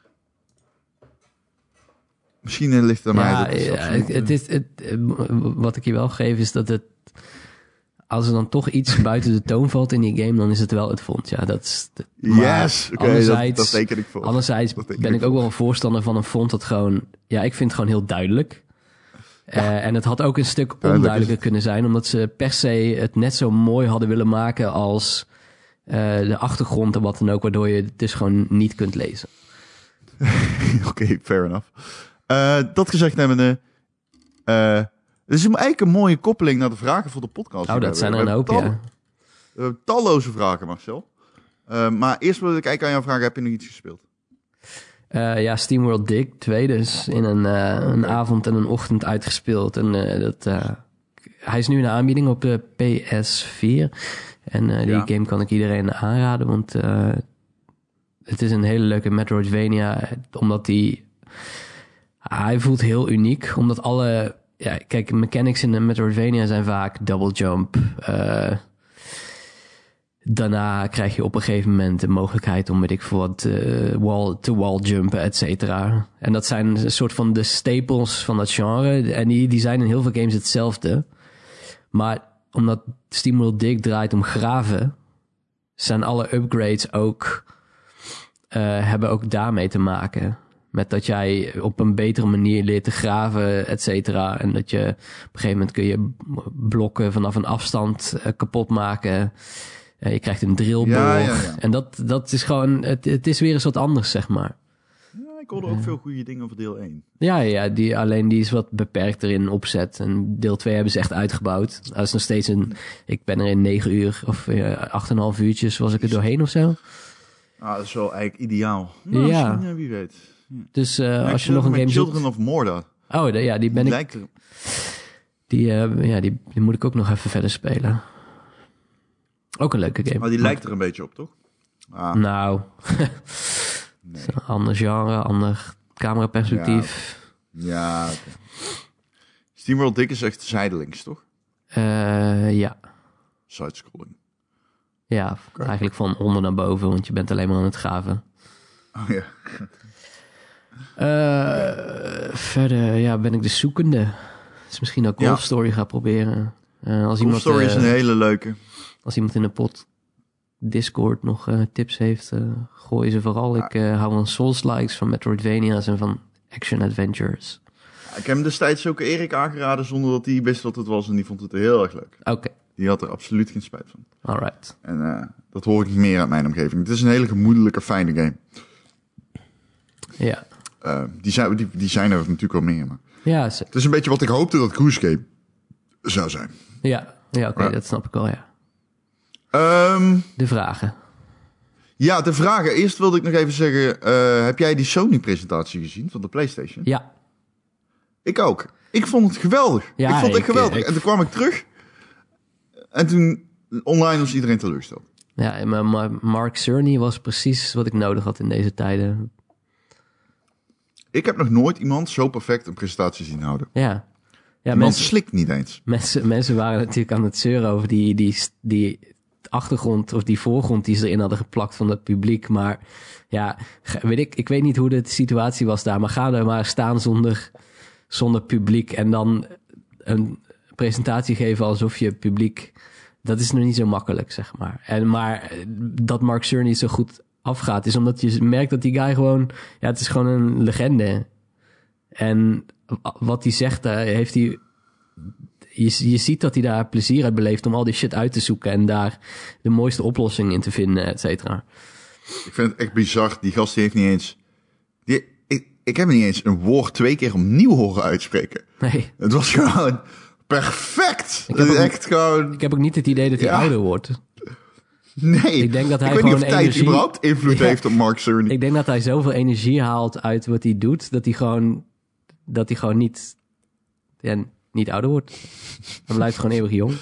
[SPEAKER 1] Misschien ligt het aan mij.
[SPEAKER 2] Ja,
[SPEAKER 1] Dat is
[SPEAKER 2] wat ik je wel geef is dat het... Als er dan toch iets buiten de toon valt in die game, dan is het wel het font. Ja, dat is...
[SPEAKER 1] Yes! Oké, dat teken ik voor.
[SPEAKER 2] Anderzijds ben ik ook wel een voorstander van een font dat gewoon... Ja, ik vind het gewoon heel duidelijk. En het had ook een stuk onduidelijker kunnen zijn, omdat ze per se het net zo mooi hadden willen maken als de achtergrond en wat dan ook, waardoor je het dus gewoon niet kunt lezen.
[SPEAKER 1] Oké, fair enough. Dat gezegd hebbende... Het is eigenlijk een mooie koppeling naar de vragen voor de podcast.
[SPEAKER 2] Oh, dat zijn er een hoop, ja.
[SPEAKER 1] We hebben talloze vragen, Marcel. Maar eerst wil ik eigenlijk aan jou vragen, heb je nog iets gespeeld?
[SPEAKER 2] Ja, SteamWorld Dig 2, dus in een avond en een ochtend uitgespeeld. En hij is nu in de aanbieding op de PS4. En die game kan ik iedereen aanraden, want het is een hele leuke Metroidvania. Omdat hij voelt heel uniek, omdat alle... Ja, kijk, mechanics in de Metroidvania zijn vaak double jump. Daarna krijg je op een gegeven moment de mogelijkheid om, weet ik veel wat, wall jumpen, et cetera. En dat zijn een soort van de staples van dat genre. En die zijn in heel veel games hetzelfde. Maar omdat SteamWorld Dig draait om graven, zijn alle upgrades ook, hebben ook daarmee te maken. Met dat jij op een betere manier leert te graven, et cetera. En dat je op een gegeven moment kun je blokken vanaf een afstand kapot maken. Je krijgt een drillboor.
[SPEAKER 1] Ja.
[SPEAKER 2] En dat is gewoon... Het is weer eens wat anders, zeg maar.
[SPEAKER 1] Ja, ik hoorde ook veel goede dingen over deel 1.
[SPEAKER 2] Ja, die is wat beperkter in opzet. En deel 2 hebben ze echt uitgebouwd. Dat is nog steeds ik ben er in 9 uur of 8,5 uurtjes was ik er doorheen of zo.
[SPEAKER 1] Ah, dat is wel eigenlijk ideaal. Nou,
[SPEAKER 2] ja.
[SPEAKER 1] Wie weet. Ja.
[SPEAKER 2] Dus als je nog een game
[SPEAKER 1] Children
[SPEAKER 2] zoekt...
[SPEAKER 1] of Morta.
[SPEAKER 2] Oh, die ben ik... Die moet ik ook nog even verder spelen. Ook een leuke game.
[SPEAKER 1] Maar die lijkt er een beetje op, toch? Ah.
[SPEAKER 2] Nou, nee. Een ander genre, ander cameraperspectief.
[SPEAKER 1] Ja. Okay. SteamWorld Dig is echt zijdelings, toch?
[SPEAKER 2] Ja.
[SPEAKER 1] Sidescrolling.
[SPEAKER 2] Ja, eigenlijk van onder naar boven, want je bent alleen maar aan het graven.
[SPEAKER 1] Oh ja.
[SPEAKER 2] Verder ben ik de zoekende. Dus misschien dat Golf Story ga proberen.
[SPEAKER 1] Golf Story is een hele leuke.
[SPEAKER 2] Als iemand in de Discord nog tips heeft, gooi ze vooral. Ik hou van Souls-likes, van Metroidvania's en van action adventures.
[SPEAKER 1] Ik heb hem destijds ook Erik aangeraden zonder dat hij wist wat het was en die vond het heel erg leuk.
[SPEAKER 2] Oké.
[SPEAKER 1] Die had er absoluut geen spijt van.
[SPEAKER 2] Alright.
[SPEAKER 1] En dat hoor ik niet meer uit mijn omgeving. Het is een hele gemoedelijke, fijne game.
[SPEAKER 2] Ja.
[SPEAKER 1] Die zijn er natuurlijk wel meer. Maar
[SPEAKER 2] ja,
[SPEAKER 1] het is een beetje wat ik hoopte dat Cruise Game zou zijn.
[SPEAKER 2] Ja, oké, dat snap ik wel, ja.
[SPEAKER 1] De
[SPEAKER 2] vragen.
[SPEAKER 1] Ja, de vragen. Eerst wilde ik nog even zeggen, heb jij die Sony-presentatie gezien van de PlayStation?
[SPEAKER 2] Ja.
[SPEAKER 1] Ik ook. Ik vond het geweldig.
[SPEAKER 2] Ja,
[SPEAKER 1] ik vond het echt geweldig. En toen kwam ik terug en toen online was iedereen teleurgesteld.
[SPEAKER 2] Ja, maar Mark Cerny was precies wat ik nodig had in deze tijden.
[SPEAKER 1] Ik heb nog nooit iemand zo perfect een presentatie zien houden.
[SPEAKER 2] Ja.
[SPEAKER 1] Mensen slikt niet eens.
[SPEAKER 2] Mensen waren natuurlijk aan het zeuren over die achtergrond of die voorgrond die ze erin hadden geplakt van het publiek. Maar ja, ik weet niet hoe de situatie was daar. Maar ga er maar staan zonder publiek en dan een presentatie geven alsof je publiek... Dat is nog niet zo makkelijk, zeg maar. Maar dat Mark Cerny zo goed afgaat, is omdat je merkt dat die guy gewoon... Ja, het is gewoon een legende. En wat hij zegt, daar heeft hij... Je ziet dat hij daar plezier uit beleeft om al die shit uit te zoeken en daar de mooiste oplossing in te vinden, et cetera.
[SPEAKER 1] Ik vind het echt bizar. Die gast die heeft niet eens... Ik heb niet eens een woord 2 keer opnieuw horen uitspreken.
[SPEAKER 2] Nee.
[SPEAKER 1] Het was gewoon perfect. Ik
[SPEAKER 2] heb ook niet het idee dat hij ouder wordt.
[SPEAKER 1] Nee.
[SPEAKER 2] Ik denk dat hij
[SPEAKER 1] weet
[SPEAKER 2] gewoon
[SPEAKER 1] niet of tijd überhaupt invloed heeft op Mark Cerny.
[SPEAKER 2] Ik denk dat hij zoveel energie haalt uit wat hij doet, dat hij gewoon niet ouder wordt. Hij blijft gewoon eeuwig jong.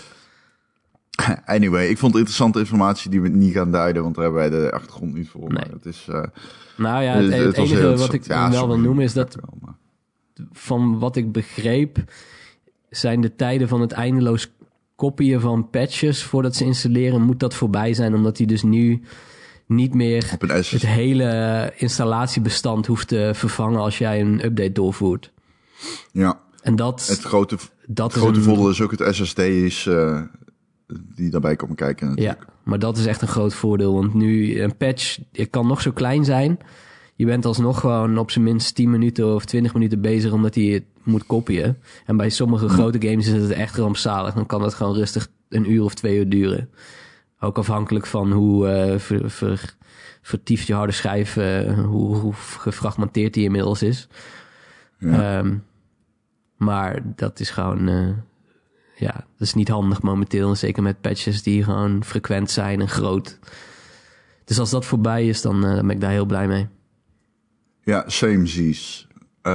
[SPEAKER 1] Anyway, ik vond het interessante informatie die we niet gaan duiden, want daar hebben wij de achtergrond niet voor.
[SPEAKER 2] Nee.
[SPEAKER 1] Het is,
[SPEAKER 2] nou ja, het enige wat ik wel wil noemen is dat van wat ik begreep zijn de tijden van het eindeloos kopieën van patches voordat ze installeren, moet dat voorbij zijn, omdat hij dus nu niet meer het hele installatiebestand hoeft te vervangen als jij een update doorvoert.
[SPEAKER 1] Ja.
[SPEAKER 2] En dat
[SPEAKER 1] het grote voordeel is ook het SSD's die daarbij komen kijken natuurlijk.
[SPEAKER 2] Ja, maar dat is echt een groot voordeel. Want nu een patch, het kan nog zo klein zijn. Je bent alsnog gewoon op zijn minst 10 minuten of 20 minuten bezig omdat hij het moet kopieën. En bij sommige grote games is het echt rampzalig. Dan kan dat gewoon rustig 1 uur of 2 uur duren. Ook afhankelijk van hoe vertiefd je harde schijf, hoe gefragmenteerd die inmiddels is. Ja. Maar dat is gewoon... dat is niet handig momenteel. Zeker met patches die gewoon frequent zijn en groot. Dus als dat voorbij is, dan ben ik daar heel blij mee.
[SPEAKER 1] Ja, same Z's.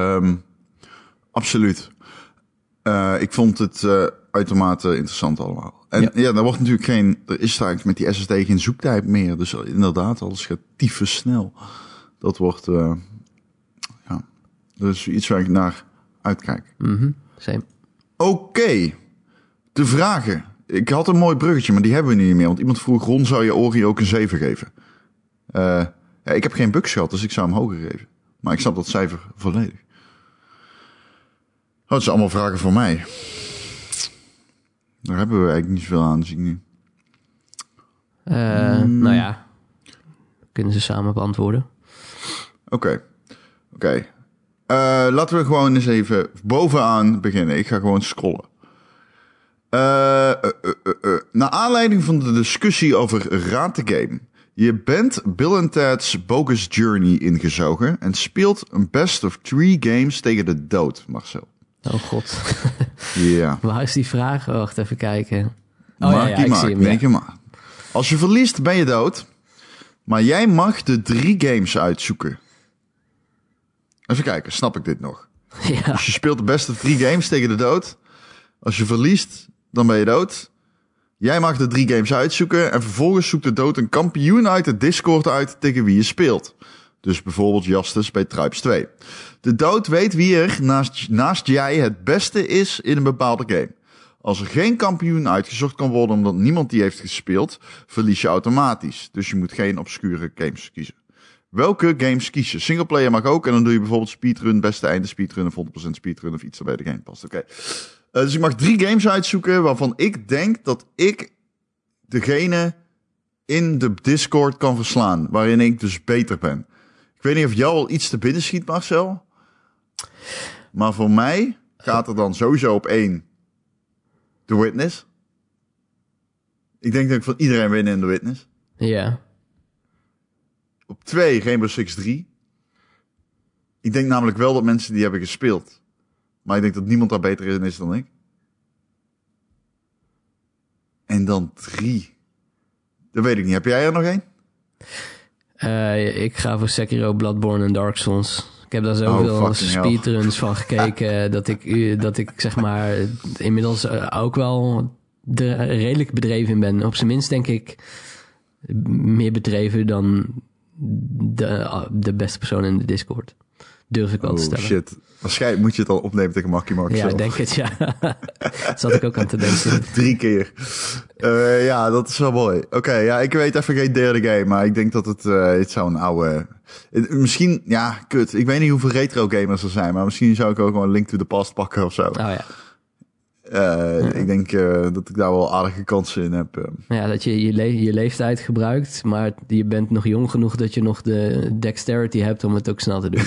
[SPEAKER 1] Absoluut. Ik vond het uitermate interessant allemaal. En ja, er wordt natuurlijk er is eigenlijk met die SSD geen zoektijd meer. Dus inderdaad, alles gaat tyfus snel. Dat wordt, dat is iets waar ik naar uitkijk.
[SPEAKER 2] Same.
[SPEAKER 1] Oké. De vragen. Ik had een mooi bruggetje, maar die hebben we nu niet meer. Want iemand vroeg, Ron, zou je Ori ook een 7 geven? Ik heb geen bugs gehad, dus ik zou hem hoger geven. Maar ik snap dat cijfer volledig. Dat zijn allemaal vragen voor mij. Daar hebben we eigenlijk niet zoveel aan, zie ik nu.
[SPEAKER 2] Nou ja, kunnen ze samen beantwoorden.
[SPEAKER 1] Oké. Laten we gewoon eens even bovenaan beginnen. Ik ga gewoon scrollen. Naar aanleiding van de discussie over Raad de Game. Je bent Bill & Ted's Bogus Journey ingezogen en speelt een best of 3 games tegen de dood, Marcel.
[SPEAKER 2] Oh god.
[SPEAKER 1] Ja.
[SPEAKER 2] Waar is die vraag? Wacht, even kijken.
[SPEAKER 1] Ik zie hem. Maar. Als je verliest, ben je dood. Maar jij mag de 3 games uitzoeken. Even kijken, snap ik dit nog?
[SPEAKER 2] Ja.
[SPEAKER 1] Dus je speelt de best of 3 games tegen de dood. Als je verliest, dan ben je dood. Jij mag de 3 games uitzoeken en vervolgens zoekt de dood een kampioen uit de Discord uit tegen wie je speelt. Dus bijvoorbeeld Justus bij Tribes 2. De dood weet wie er naast jij het beste is in een bepaalde game. Als er geen kampioen uitgezocht kan worden omdat niemand die heeft gespeeld, verlies je automatisch. Dus je moet geen obscure games kiezen. Welke games kies je? Singleplayer mag ook en dan doe je bijvoorbeeld speedrun, beste einde speedrun of 100% speedrun of iets dat bij de game past. Oké. Dus ik mag 3 games uitzoeken waarvan ik denk dat ik degene in de Discord kan verslaan. Waarin ik dus beter ben. Ik weet niet of jou al iets te binnen schiet, Marcel. Maar voor mij gaat er dan sowieso op 1 The Witness. Ik denk dat ik van iedereen win in The Witness.
[SPEAKER 2] Ja.
[SPEAKER 1] Op 2 Rainbow Six 3. Ik denk namelijk wel dat mensen die hebben gespeeld. Maar ik denk dat niemand daar beter in is dan ik. En dan 3. Dat weet ik niet. Heb jij er nog 1?
[SPEAKER 2] Ik ga voor Sekiro, Bloodborne en Dark Souls. Ik heb daar zoveel speedruns van gekeken dat ik zeg maar inmiddels ook wel redelijk bedreven in ben. Op zijn minst denk ik meer bedreven dan de beste persoon in de Discord. Durf ik wel te stellen.
[SPEAKER 1] Shit. Waarschijnlijk moet je het al opnemen tegen Makkie Mark.
[SPEAKER 2] Ja, ik denk het, ja. Dat zat ik ook aan te denken.
[SPEAKER 1] 3 keer. Ja, dat is wel mooi. Oké, ja, ik weet even geen derde game, maar ik denk dat het zou een oude... Misschien, ja, kut. Ik weet niet hoeveel retro gamers er zijn, maar misschien zou ik ook gewoon Link to the Past pakken of zo.
[SPEAKER 2] Oh ja.
[SPEAKER 1] Ik denk dat ik daar wel aardige kansen in heb.
[SPEAKER 2] Ja, dat je je leeftijd gebruikt, maar je bent nog jong genoeg dat je nog de dexterity hebt om het ook snel te doen.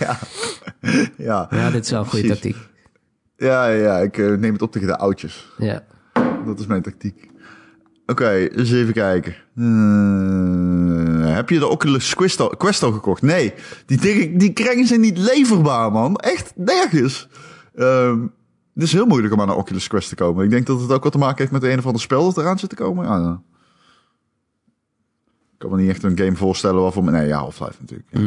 [SPEAKER 2] Ja, dit is wel een goede tactiek.
[SPEAKER 1] Ja, ik neem het op tegen de oudjes.
[SPEAKER 2] Ja.
[SPEAKER 1] Dat is mijn tactiek. Oké, eens even kijken. Heb je de Oculus Quest al gekocht? Nee, die krijgen zijn niet leverbaar, man. Echt nergens. Het is heel moeilijk om aan een Oculus Quest te komen. Ik denk dat het ook wat te maken heeft met een of ander spel dat eraan zit te komen. Ja. Ik kan me niet echt een game voorstellen waarvoor... Nee, ja, Half-Life natuurlijk. Ja,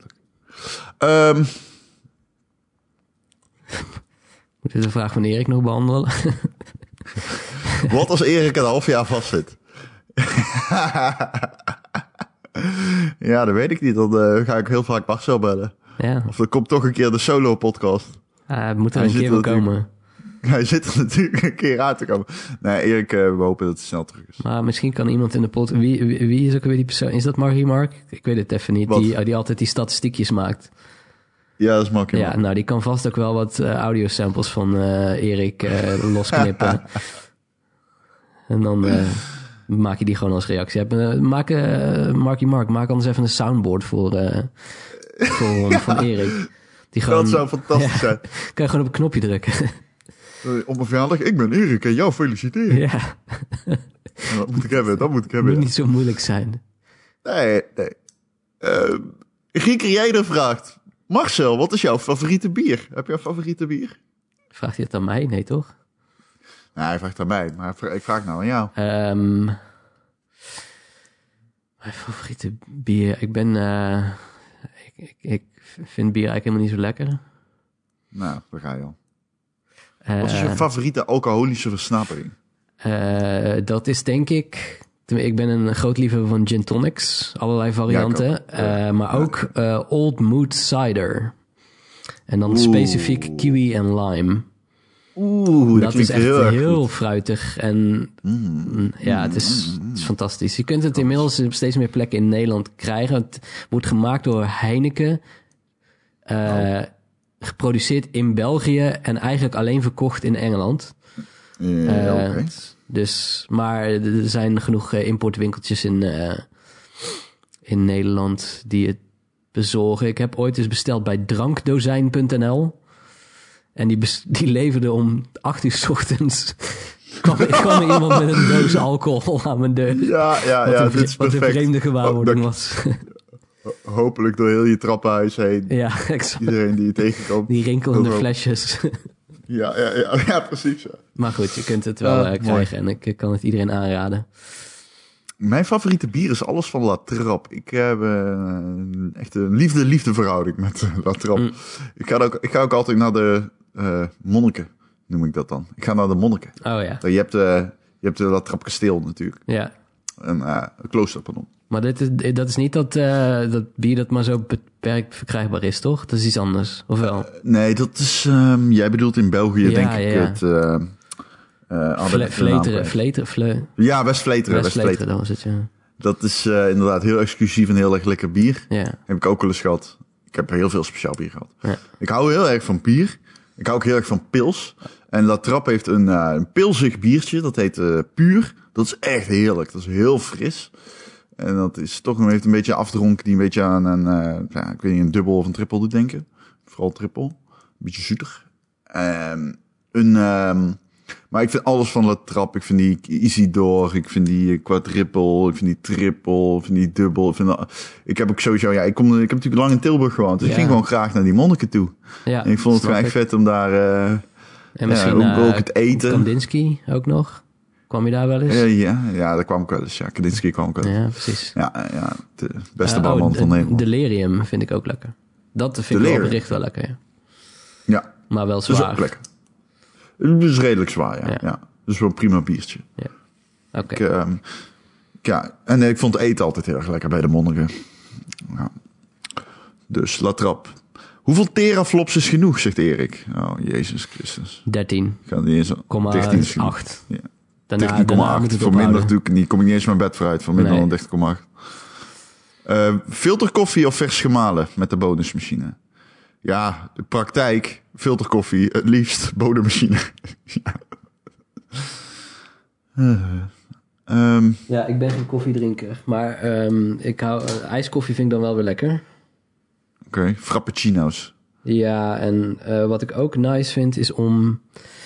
[SPEAKER 2] Moet je de vraag van Erik nog behandelen?
[SPEAKER 1] Wat als Erik een half jaar vastzit? Ja, dat weet ik niet. Dan ga ik heel vaak Marcel bellen.
[SPEAKER 2] Ja.
[SPEAKER 1] Of er komt toch een keer de solo-podcast.
[SPEAKER 2] Moet er een keer wel komen.
[SPEAKER 1] Hij zit er natuurlijk een keer aan te komen. Nee, Erik, we hopen dat hij snel terug is.
[SPEAKER 2] Maar misschien kan iemand in de podcast... Wie is ook weer die persoon? Is dat Margie Mark? Ik weet het even niet. Die altijd die statistiekjes maakt.
[SPEAKER 1] Ja, dat is Margie
[SPEAKER 2] Ja,
[SPEAKER 1] Mark.
[SPEAKER 2] nou, die kan vast ook wel wat audiosamples van Erik losknippen. En dan maak je die gewoon als reactie. Markie Mark, maak anders even een soundboard voor van Erik. Die gewoon,
[SPEAKER 1] dat zou fantastisch zijn.
[SPEAKER 2] Kan je gewoon op een knopje drukken.
[SPEAKER 1] Op mijn verjaardag, ik ben Erik en jou feliciteren.
[SPEAKER 2] Ja.
[SPEAKER 1] Dat moet ik hebben.
[SPEAKER 2] Moet niet zo moeilijk zijn.
[SPEAKER 1] Nee. Grieker, jij er vraagt. Marcel, wat is jouw favoriete bier? Heb je een favoriete bier?
[SPEAKER 2] Vraagt hij het aan mij? Nee, toch?
[SPEAKER 1] Nee, hij vraagt aan mij, maar ik vraag nou aan jou.
[SPEAKER 2] Mijn favoriete bier? Ik ben... Ik vind bier eigenlijk helemaal niet zo lekker.
[SPEAKER 1] Nou, daar ga je al. Wat is je favoriete alcoholische versnapering?
[SPEAKER 2] Dat is denk ik... Ik ben een groot liefhebber van gin tonics. Allerlei varianten. Ja, maar ook Old Mood Cider. En dan specifiek kiwi en lime. Dat is echt heel fruitig. En ja, het is fantastisch. Je kunt het inmiddels op steeds meer plekken in Nederland krijgen. Het wordt gemaakt door Heineken. Geproduceerd in België en eigenlijk alleen verkocht in Engeland.
[SPEAKER 1] Okay.
[SPEAKER 2] Dus, maar er zijn genoeg importwinkeltjes in Nederland die het bezorgen. Ik heb ooit eens besteld bij drankdozijn.nl. En die leverde om 8:00 's ochtends. kwam iemand met een doos alcohol aan mijn deur.
[SPEAKER 1] Ja, dit is
[SPEAKER 2] wat
[SPEAKER 1] perfect.
[SPEAKER 2] een vreemde gewaarwording was.
[SPEAKER 1] Hopelijk door heel je trappenhuis heen.
[SPEAKER 2] Ja, exact.
[SPEAKER 1] Iedereen die je tegenkomt.
[SPEAKER 2] Die rinkelende flesjes.
[SPEAKER 1] Ja, precies. Ja.
[SPEAKER 2] Maar goed, je kunt het wel krijgen en ik kan het iedereen aanraden.
[SPEAKER 1] Mijn favoriete bier is alles van La Trappe. Ik heb echt een liefde verhouding met La Trappe. Ik ga ook altijd naar de monniken, noem ik dat dan. Ik ga naar de monniken.
[SPEAKER 2] Oh ja.
[SPEAKER 1] Je hebt de La Trappe kasteel natuurlijk.
[SPEAKER 2] Ja.
[SPEAKER 1] Een klooster, pardon.
[SPEAKER 2] Maar dat is niet dat bier dat maar zo beperkt verkrijgbaar is, toch? Dat is iets anders, of wel?
[SPEAKER 1] Nee, dat is... jij bedoelt in België, denk ik, het...
[SPEAKER 2] Vleteren.
[SPEAKER 1] Ja, West-Vleteren.
[SPEAKER 2] Dat was het, ja.
[SPEAKER 1] Dat is inderdaad heel exclusief en heel erg lekker bier.
[SPEAKER 2] Ja.
[SPEAKER 1] Heb ik ook wel eens gehad. Ik heb heel veel speciaal bier gehad.
[SPEAKER 2] Ja.
[SPEAKER 1] Ik hou heel erg van bier. Ik hou ook heel erg van pils. En La Trappe heeft een pilsig biertje. Dat heet Puur. Dat is echt heerlijk. Dat is heel fris. En dat is toch nog even een beetje afdronk die een beetje aan ik weet niet, een dubbel of een triple doet denken. Vooral triple. Een beetje zoetig. Maar ik vind alles van La Trappe. Ik vind die Isidore, ik vind die quadruple, ik vind die triple, ik vind die dubbel. Ik heb ook sowieso, ik heb natuurlijk lang in Tilburg gewoond. Dus ik ging gewoon graag naar die monniken toe.
[SPEAKER 2] Ja,
[SPEAKER 1] en ik vond het gewoon echt vet om daar
[SPEAKER 2] en misschien
[SPEAKER 1] ook het eten.
[SPEAKER 2] Kandinsky ook nog. Kwam je daar wel eens?
[SPEAKER 1] Ja, daar kwam ik wel eens. Ja, Kandinsky kwam ik wel eens.
[SPEAKER 2] Ja, precies.
[SPEAKER 1] Ja, de beste barman van Nederland.
[SPEAKER 2] Delirium vind ik ook lekker. Dat vind ik wel bericht wel lekker, ja.
[SPEAKER 1] Ja.
[SPEAKER 2] Maar wel zwaar.
[SPEAKER 1] Dat is ook lekker. Het is redelijk zwaar, ja. Dus wel een prima biertje.
[SPEAKER 2] Ja. Oké.
[SPEAKER 1] En ik vond eten altijd heel erg lekker bij de monniken. Ja. Dus La Trappe. Hoeveel teraflops is genoeg, zegt Erik. Oh, Jezus Christus.
[SPEAKER 2] 13.
[SPEAKER 1] Ga niet eens
[SPEAKER 2] 13,8.
[SPEAKER 1] Ja.
[SPEAKER 2] 13,8.
[SPEAKER 1] Voor minder doe ik niet. Kom ik niet eens mijn bed vooruit. Voor minder dan 13,8. Filterkoffie of vers gemalen met de bonusmachine? Ja, de praktijk. Filterkoffie. Het liefst bodemmachine. Ja.
[SPEAKER 2] Ja, ik ben geen koffiedrinker. Maar ijskoffie vind ik dan wel weer lekker.
[SPEAKER 1] Oké, frappuccino's.
[SPEAKER 2] Ja, en wat ik ook nice vind is om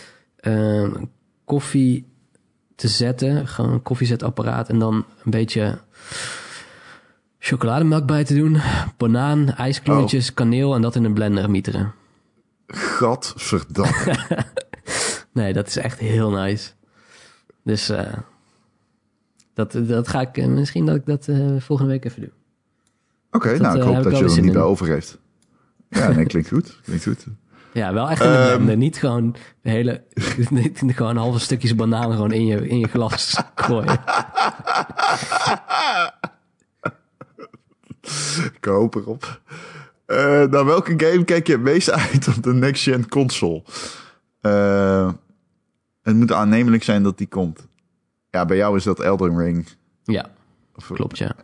[SPEAKER 2] koffie te zetten. Gewoon een koffiezetapparaat. En dan een beetje chocolademelk bij te doen. Banaan, ijsklontjes, kaneel en dat in een blender mieteren.
[SPEAKER 1] Gadverdamme.
[SPEAKER 2] Nee, dat is echt heel nice. Dus dat ga ik... misschien dat ik dat volgende week even doe.
[SPEAKER 1] Oké, nou ik hoop dat je er niet bij over heeft. Ja, nee, klinkt goed.
[SPEAKER 2] Ja, wel echt in de blender. Niet gewoon de hele... niet gewoon halve stukjes banaan gewoon in je glas gooien.
[SPEAKER 1] Ik hoop erop. Naar welke game kijk je het meest uit op de next-gen console? Het moet aannemelijk zijn dat die komt. Ja, bij jou is dat Elden Ring.
[SPEAKER 2] Ja, klopt, ja.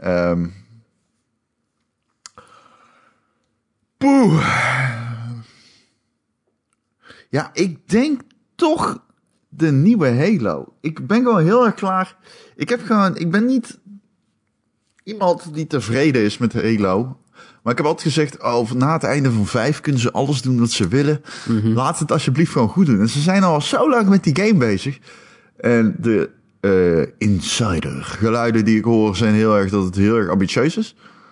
[SPEAKER 1] Ja, ik denk toch de nieuwe Halo. Ik ben gewoon heel erg klaar. Ik ben niet iemand die tevreden is met Halo. Maar ik heb altijd gezegd, na het einde van 5 kunnen ze alles doen wat ze willen. Mm-hmm. Laat het alsjeblieft gewoon goed doen. En ze zijn al zo lang met die game bezig. En de insider geluiden die ik hoor zijn heel erg dat het heel erg ambitieus is.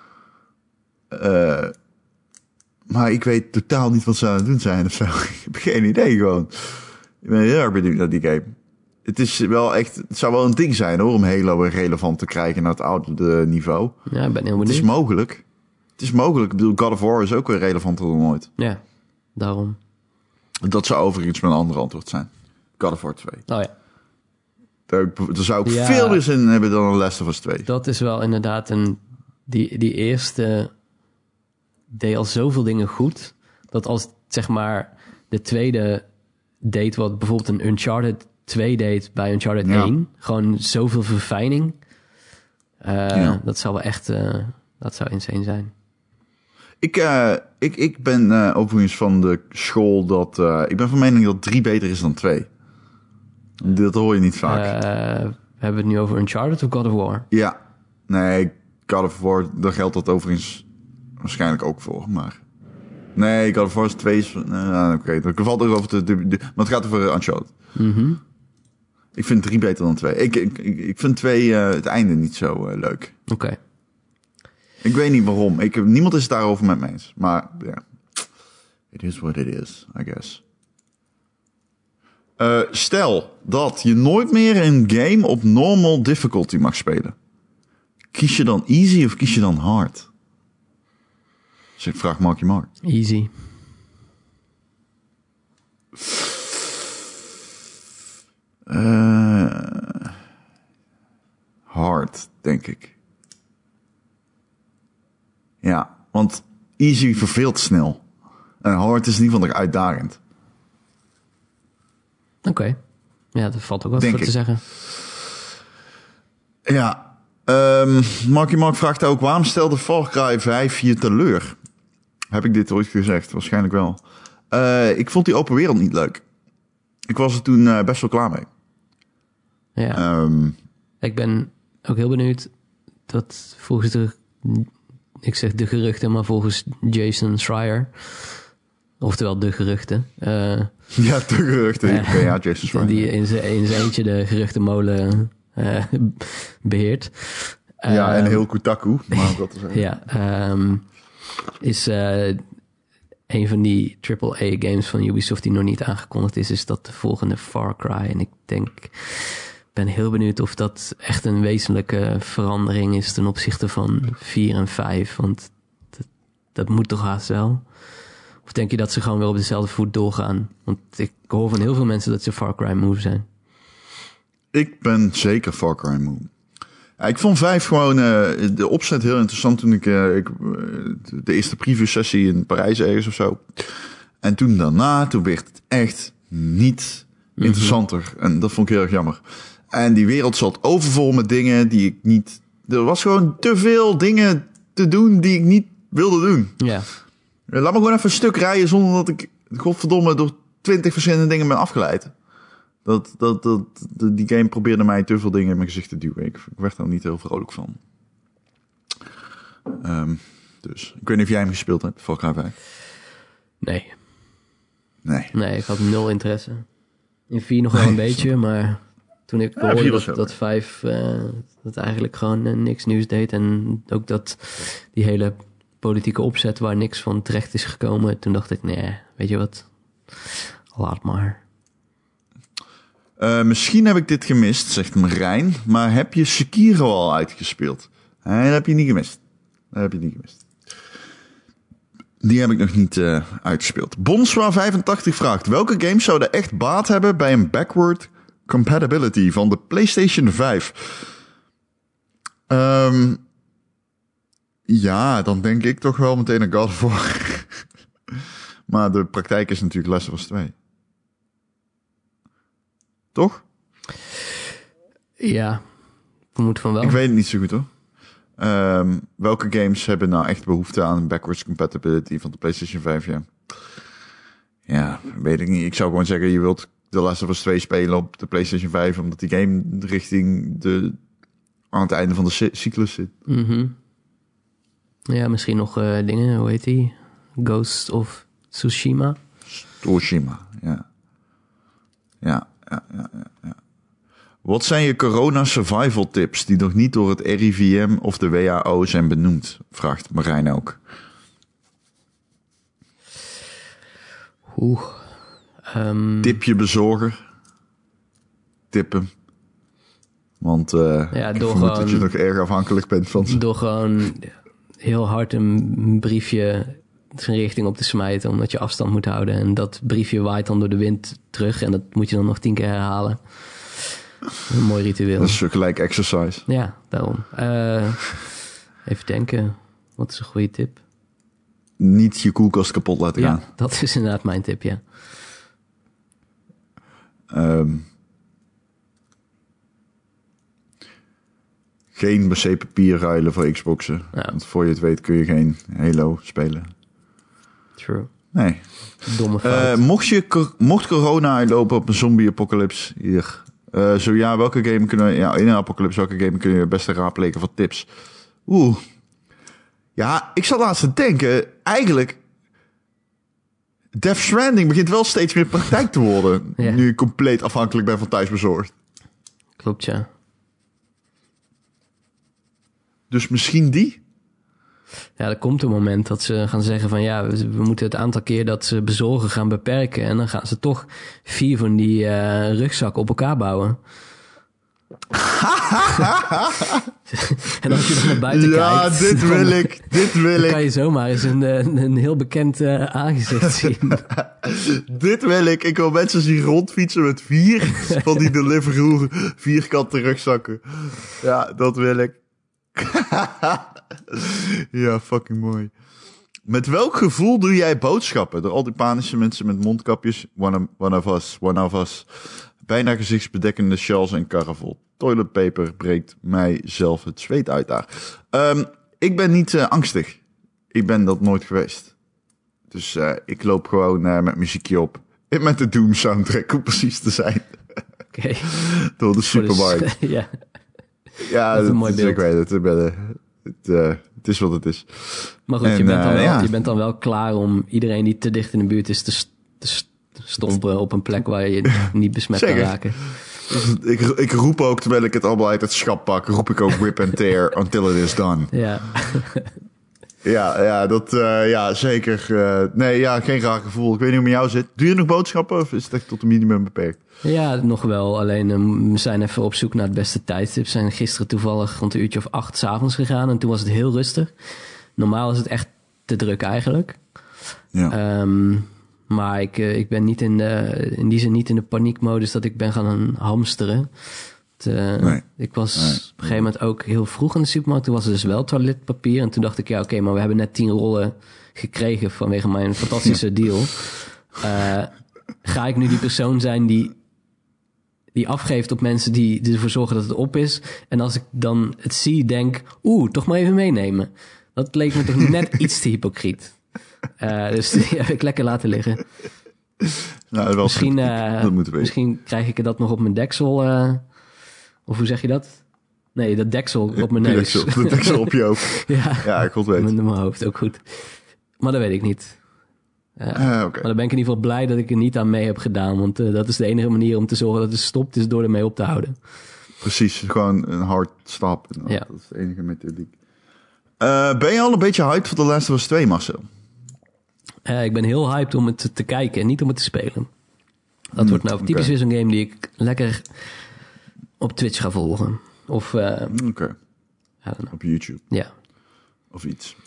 [SPEAKER 1] Maar ik weet totaal niet wat ze aan het doen zijn of zo. Ik heb geen idee gewoon. Ik ben heel erg benieuwd naar die game. Het is wel echt, het zou wel een ding zijn hoor, om Halo weer relevant te krijgen naar het oude niveau.
[SPEAKER 2] Ja, ik ben heel benieuwd.
[SPEAKER 1] Het is mogelijk. Het is mogelijk. Ik bedoel, God of War is ook weer relevanter dan ooit.
[SPEAKER 2] Ja, daarom.
[SPEAKER 1] Dat zou overigens mijn andere antwoord zijn. God of War 2.
[SPEAKER 2] Oh ja.
[SPEAKER 1] Daar zou ik veel meer zin in hebben dan een Last of Us 2.
[SPEAKER 2] Dat is wel inderdaad die eerste deed al zoveel dingen goed, dat als zeg maar de tweede deed wat bijvoorbeeld een Uncharted 2 deed bij Uncharted 1, gewoon zoveel verfijning. Dat zou wel echt, dat zou insane zijn.
[SPEAKER 1] Ik ben overigens van de school dat, ik ben van mening dat 3 beter is dan 2. Dat hoor je niet vaak.
[SPEAKER 2] Hebben we het nu over Uncharted of God of War?
[SPEAKER 1] Ja, nee, God of War, daar geldt dat overigens waarschijnlijk ook voor, maar... Nee, God of War 2 is... Oké, dat valt er over maar het gaat over Uncharted.
[SPEAKER 2] Mm-hmm.
[SPEAKER 1] Ik vind 3 beter dan 2. Ik vind 2 het einde niet zo leuk.
[SPEAKER 2] Oké.
[SPEAKER 1] Ik weet niet waarom. Niemand is het daarover met me eens. Maar ja, it is what it is, I guess. Stel dat je nooit meer een game op normal difficulty mag spelen. Kies je dan easy of kies je dan hard? Dus ik vraag Marky Mark.
[SPEAKER 2] Easy.
[SPEAKER 1] Hard, denk ik. Ja, want easy verveelt snel. En hard is in ieder geval nog uitdagend.
[SPEAKER 2] Oké. Ja, dat valt ook wat voor te zeggen.
[SPEAKER 1] Ja. Marky Mark vraagt ook, waarom stelde Far Cry 5 je teleur? Heb ik dit ooit gezegd? Waarschijnlijk wel. Ik vond die open wereld niet leuk. Ik was er toen best wel klaar mee.
[SPEAKER 2] Ja. Ik ben ook heel benieuwd dat volgens ik zeg de geruchten, maar volgens Jason Schreier, oftewel de geruchten.
[SPEAKER 1] Ja, de geruchten. Ja, Jason Schreier.
[SPEAKER 2] Die in zijn eentje de geruchtenmolen beheert.
[SPEAKER 1] Ja, en heel Kotaku. Maar dat te zeggen.
[SPEAKER 2] Ja, is een van die AAA-games van Ubisoft die nog niet aangekondigd is dat de volgende Far Cry. En ik ben heel benieuwd of dat echt een wezenlijke verandering is ten opzichte van 4 en 5. Want dat moet toch haast wel? Of denk je dat ze gewoon weer op dezelfde voet doorgaan? Want ik hoor van heel veel mensen dat ze Far Cry moe zijn.
[SPEAKER 1] Ik ben zeker Far Cry moe. Ja, ik vond 5 gewoon de opzet heel interessant toen ik de eerste preview sessie in Parijs ergens of zo. En toen werd het echt niet interessanter. En dat vond ik heel erg jammer. En die wereld zat overvol met dingen die ik niet... Er was gewoon te veel dingen te doen die ik niet wilde doen.
[SPEAKER 2] Ja.
[SPEAKER 1] Laat me gewoon even een stuk rijden zonder dat ik, godverdomme, door 20 verschillende dingen ben afgeleid. Die game probeerde mij te veel dingen in mijn gezicht te duwen. Ik werd daar niet heel vrolijk van. Dus, ik weet niet of jij hem gespeeld hebt, Far Cry 5.
[SPEAKER 2] Nee.
[SPEAKER 1] Nee,
[SPEAKER 2] ik had 0 interesse. In 4 nog wel een beetje, maar toen ik hoorde dat 5 dat eigenlijk gewoon niks nieuws deed en ook dat die hele politieke opzet waar niks van terecht is gekomen, toen dacht ik, nee, weet je wat, laat maar.
[SPEAKER 1] Misschien heb ik dit gemist, zegt Marijn, maar heb je Sekiro al uitgespeeld? Dat heb je niet gemist. Die heb ik nog niet uitgespeeld. Bonswa85 vraagt, welke games zouden echt baat hebben bij een backward compatibility van de PlayStation 5? Ja, dan denk ik toch wel meteen een God of War. Maar de praktijk is natuurlijk Last of Us 2. Toch?
[SPEAKER 2] Ja, vermoed van wel.
[SPEAKER 1] Ik weet het niet zo goed hoor. Welke games hebben nou echt behoefte aan een backwards compatibility van de PlayStation 5? Ja, weet ik niet. Ik zou gewoon zeggen, je wilt The Last of Us 2 spelen op de PlayStation 5, omdat die game richting aan het einde van de cyclus zit.
[SPEAKER 2] Mm-hmm. Ja, misschien nog dingen, hoe heet die? Ghost of Tsushima.
[SPEAKER 1] Ja. Wat zijn je corona survival tips die nog niet door het RIVM of de WHO zijn benoemd? Vraagt Marijn ook. Tip je bezorger. Tip hem. Want ik vermoed dat je nog erg afhankelijk bent van ze.
[SPEAKER 2] Door gewoon heel hard een briefje zijn richting op te smijten, omdat je afstand moet houden. En dat briefje waait dan door de wind terug en dat moet je dan nog 10 keer herhalen. Een mooi ritueel.
[SPEAKER 1] Dat is gelijk exercise.
[SPEAKER 2] Ja, daarom. Even denken. Wat is een goede tip?
[SPEAKER 1] Niet je koelkast kapot laten gaan.
[SPEAKER 2] Ja, dat is inderdaad mijn tip, ja.
[SPEAKER 1] Geen wc-papier ruilen voor Xboxen. Ja. Want voor je het weet kun je geen Halo spelen.
[SPEAKER 2] True.
[SPEAKER 1] Nee.
[SPEAKER 2] Domme fout.
[SPEAKER 1] Mocht corona uitlopen op een zombie-apocalypse hier... Zo ja, welke game kunnen we... Ja, in een apocalypse, welke game kun je het beste raadplegen voor tips? Ja, ik zat laatst te denken... Eigenlijk... Death Stranding begint wel steeds meer praktijk te worden. Ja. Nu ik compleet afhankelijk ben van thuisbezorgd.
[SPEAKER 2] Klopt, ja.
[SPEAKER 1] Dus misschien die?
[SPEAKER 2] Ja, er komt een moment dat ze gaan zeggen van... ja, we moeten het aantal keer dat ze bezorgen gaan beperken... en dan gaan ze toch 4 van die rugzakken op elkaar bouwen. En als je dan naar buiten kijkt...
[SPEAKER 1] Ja, dit wil ik.
[SPEAKER 2] kan je zomaar eens een heel bekend aangezicht zien.
[SPEAKER 1] Dit wil ik. Ik wil mensen zien rondfietsen met 4 van die Deliveroo vierkante rugzakken. Ja, dat wil ik. Ja, fucking mooi. Met welk gevoel doe jij boodschappen? Door al die panische mensen met mondkapjes. One of us. Bijna gezichtsbedekkende shells en karren vol toiletpaper breekt mij zelf het zweet uit daar. Ik ben niet angstig. Ik ben dat nooit geweest. Dus ik loop gewoon met muziekje op. Met de Doom soundtrack, om precies te zijn.
[SPEAKER 2] Okay.
[SPEAKER 1] Door de supermarkt.
[SPEAKER 2] Ja.
[SPEAKER 1] Ja,
[SPEAKER 2] dat is een mooi beeld.
[SPEAKER 1] Ik weet het. Het is wat het is.
[SPEAKER 2] Maar goed, je bent dan wel klaar om iedereen die te dicht in de buurt is te stompen op een plek waar je niet besmet kan raken.
[SPEAKER 1] Ik roep ook, terwijl ik het allemaal uit het schap pak, roep ik ook whip and tear until it is done.
[SPEAKER 2] Ja.
[SPEAKER 1] Ja, zeker. Geen raar gevoel. Ik weet niet hoe het met jou zit. Doe je nog boodschappen of is het echt tot een minimum beperkt?
[SPEAKER 2] Ja, nog wel. Alleen we zijn even op zoek naar het beste tijdstip. We zijn gisteren toevallig rond een uurtje of 8 's avonds gegaan en toen was het heel rustig. Normaal is het echt te druk eigenlijk.
[SPEAKER 1] Ja.
[SPEAKER 2] Maar ik ben niet in die zin niet in de paniekmodus dat ik ben gaan hamsteren. Ik was op een gegeven moment ook heel vroeg in de supermarkt. Toen was er dus wel toiletpapier. En toen dacht ik, oké, maar we hebben net 10 rollen gekregen vanwege mijn fantastische deal. Ga ik nu die persoon zijn die afgeeft op mensen die ervoor zorgen dat het op is? En als ik dan het zie, denk, toch maar even meenemen. Dat leek me toch net iets te hypocriet. Dus die heb ik lekker laten liggen.
[SPEAKER 1] Nou, wel
[SPEAKER 2] Misschien,
[SPEAKER 1] dat moeten we
[SPEAKER 2] misschien krijg ik dat nog op mijn deksel. Of hoe zeg je dat? Nee, dat deksel op mijn neus.
[SPEAKER 1] De deksel op je hoofd. Ja, god weet.
[SPEAKER 2] Met mijn hoofd, ook goed. Maar dat weet ik niet.
[SPEAKER 1] Okay.
[SPEAKER 2] Maar dan ben ik in ieder geval blij dat ik er niet aan mee heb gedaan. Want dat is de enige manier om te zorgen dat het stopt, is door ermee op te houden.
[SPEAKER 1] Precies, gewoon een hard stap.
[SPEAKER 2] Ja.
[SPEAKER 1] Dat is de enige methodiek. Ben je al een beetje hyped voor The Last of Us 2, Marcel?
[SPEAKER 2] Ik ben heel hyped om het te kijken en niet om het te spelen. Dat wordt nou typisch weer zo'n game die ik lekker op Twitch ga volgen. Of
[SPEAKER 1] op YouTube.
[SPEAKER 2] Ja.
[SPEAKER 1] Of iets.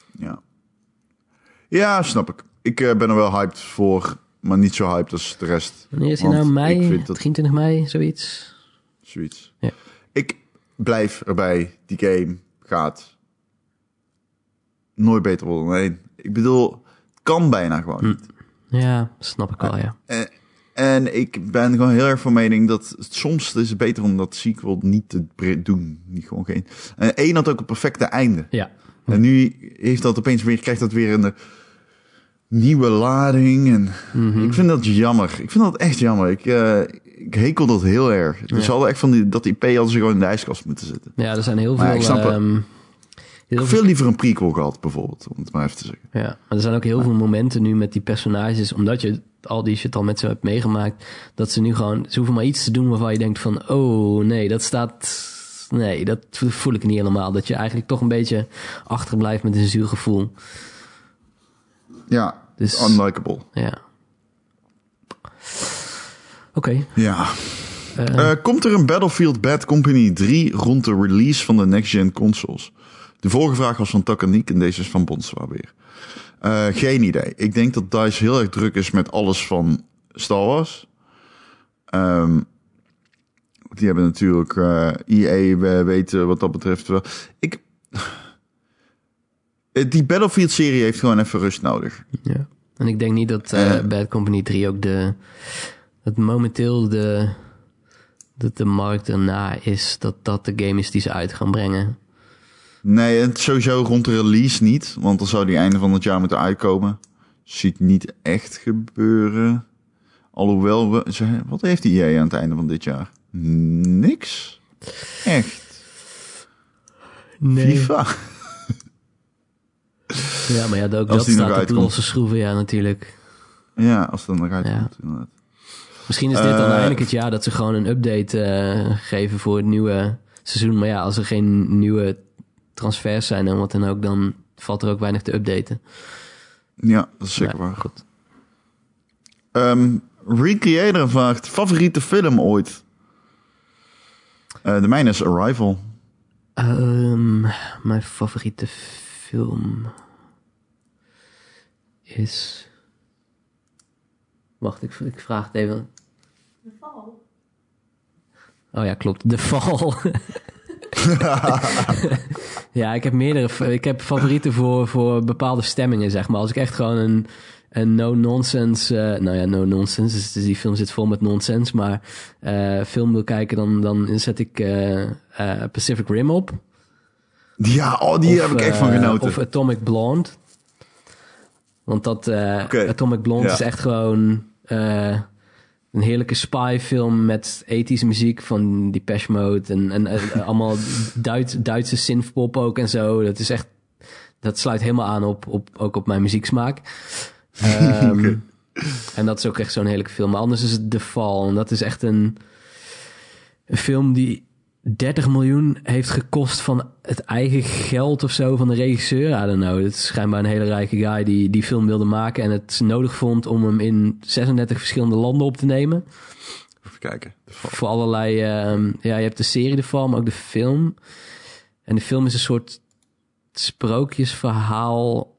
[SPEAKER 1] Ja, snap ik. Ik ben er wel hyped voor, maar niet zo hyped als de rest.
[SPEAKER 2] Wanneer is hij nou? Mei? 23 mei, zoiets?
[SPEAKER 1] Zoiets.
[SPEAKER 2] Ja.
[SPEAKER 1] Ik blijf erbij. Die game gaat nooit beter worden dan 1. Ik bedoel, het kan bijna gewoon niet.
[SPEAKER 2] Ja, snap ik wel, ja.
[SPEAKER 1] En ik ben gewoon heel erg van mening dat soms is het beter om dat sequel niet te doen. Niet gewoon geen. 1 had ook het perfecte einde.
[SPEAKER 2] Ja.
[SPEAKER 1] En nu heeft dat opeens weer, krijgt dat weer een nieuwe lading. En ik vind dat jammer. Ik vind dat echt jammer. Ik hekel dat heel erg. Dus ze hadden echt van dat IP hadden ze gewoon in de ijskast moeten zetten.
[SPEAKER 2] Ja, er zijn heel
[SPEAKER 1] Maar
[SPEAKER 2] veel...
[SPEAKER 1] ik snap veel liever een prequel gehad, bijvoorbeeld. Om het maar even te zeggen.
[SPEAKER 2] Ja, maar er zijn ook heel veel momenten nu met die personages, omdat je al die shit al met ze hebt meegemaakt, dat ze nu gewoon, ze hoeven maar iets te doen waarvan je denkt van, oh nee, dat voel ik niet helemaal. Dat je eigenlijk toch een beetje achterblijft met een zuur gevoel.
[SPEAKER 1] Ja,
[SPEAKER 2] dus,
[SPEAKER 1] unlikable.
[SPEAKER 2] Ja. Oké.
[SPEAKER 1] Ja. Komt er een Battlefield Bad Company 3 rond de release van de next-gen consoles? De vorige vraag was van Takaniek en deze is van Bonswa weer. Geen idee. Ik denk dat DICE heel erg druk is met alles van Star Wars. Die hebben natuurlijk EA weten wat dat betreft wel. Die Battlefield-serie heeft gewoon even rust nodig.
[SPEAKER 2] Ja. En ik denk niet dat Bad Company 3 ook dat momenteel de markt erna is, dat de game is die ze uit gaan brengen.
[SPEAKER 1] Nee, en sowieso rond de release niet. Want dan zou die einde van het jaar moeten uitkomen. Ziet niet echt gebeuren. Alhoewel, wat heeft die EA aan het einde van dit jaar? Niks. Echt.
[SPEAKER 2] Nee.
[SPEAKER 1] FIFA.
[SPEAKER 2] Ja, maar ja, dat staat op losse schroeven, ja, natuurlijk.
[SPEAKER 1] Ja, als het er nog uitkomt, inderdaad.
[SPEAKER 2] Misschien is dit dan eindelijk het jaar dat ze gewoon een update geven voor het nieuwe seizoen. Maar ja, als er geen nieuwe transfers zijn en wat dan ook, dan valt er ook weinig te updaten.
[SPEAKER 1] Ja, dat is zeker waar. Goed. Recreator vraagt, favoriete film ooit? De mijne is Arrival.
[SPEAKER 2] Mijn favoriete film is... Wacht, ik vraag het even.
[SPEAKER 3] The Fall.
[SPEAKER 2] Oh ja, klopt. The Fall. Ja, ik heb meerdere... Ik heb favorieten voor bepaalde stemmingen, zeg maar. Als ik echt gewoon een no-nonsense... no-nonsense. Dus die film zit vol met nonsens. Maar film wil kijken, dan zet ik Pacific Rim op.
[SPEAKER 1] Ja, die heb ik echt van genoten.
[SPEAKER 2] Of Atomic Blonde. Want Atomic Blonde is echt gewoon een heerlijke spy-film met ethische muziek van Depeche Mode en allemaal Duitse synthpop ook en zo. Dat is echt, dat sluit helemaal aan ook op mijn muzieksmaak. En dat is ook echt zo'n heerlijke film. Maar anders is het The Fall. En dat is echt een film die 30 miljoen heeft gekost van het eigen geld of zo van de regisseur. I don't know. Het is schijnbaar een hele rijke guy die film wilde maken en het nodig vond om hem in 36 verschillende landen op te nemen.
[SPEAKER 1] Even kijken.
[SPEAKER 2] Voor allerlei... je hebt de serie The Fall, maar ook de film. En de film is een soort sprookjesverhaal.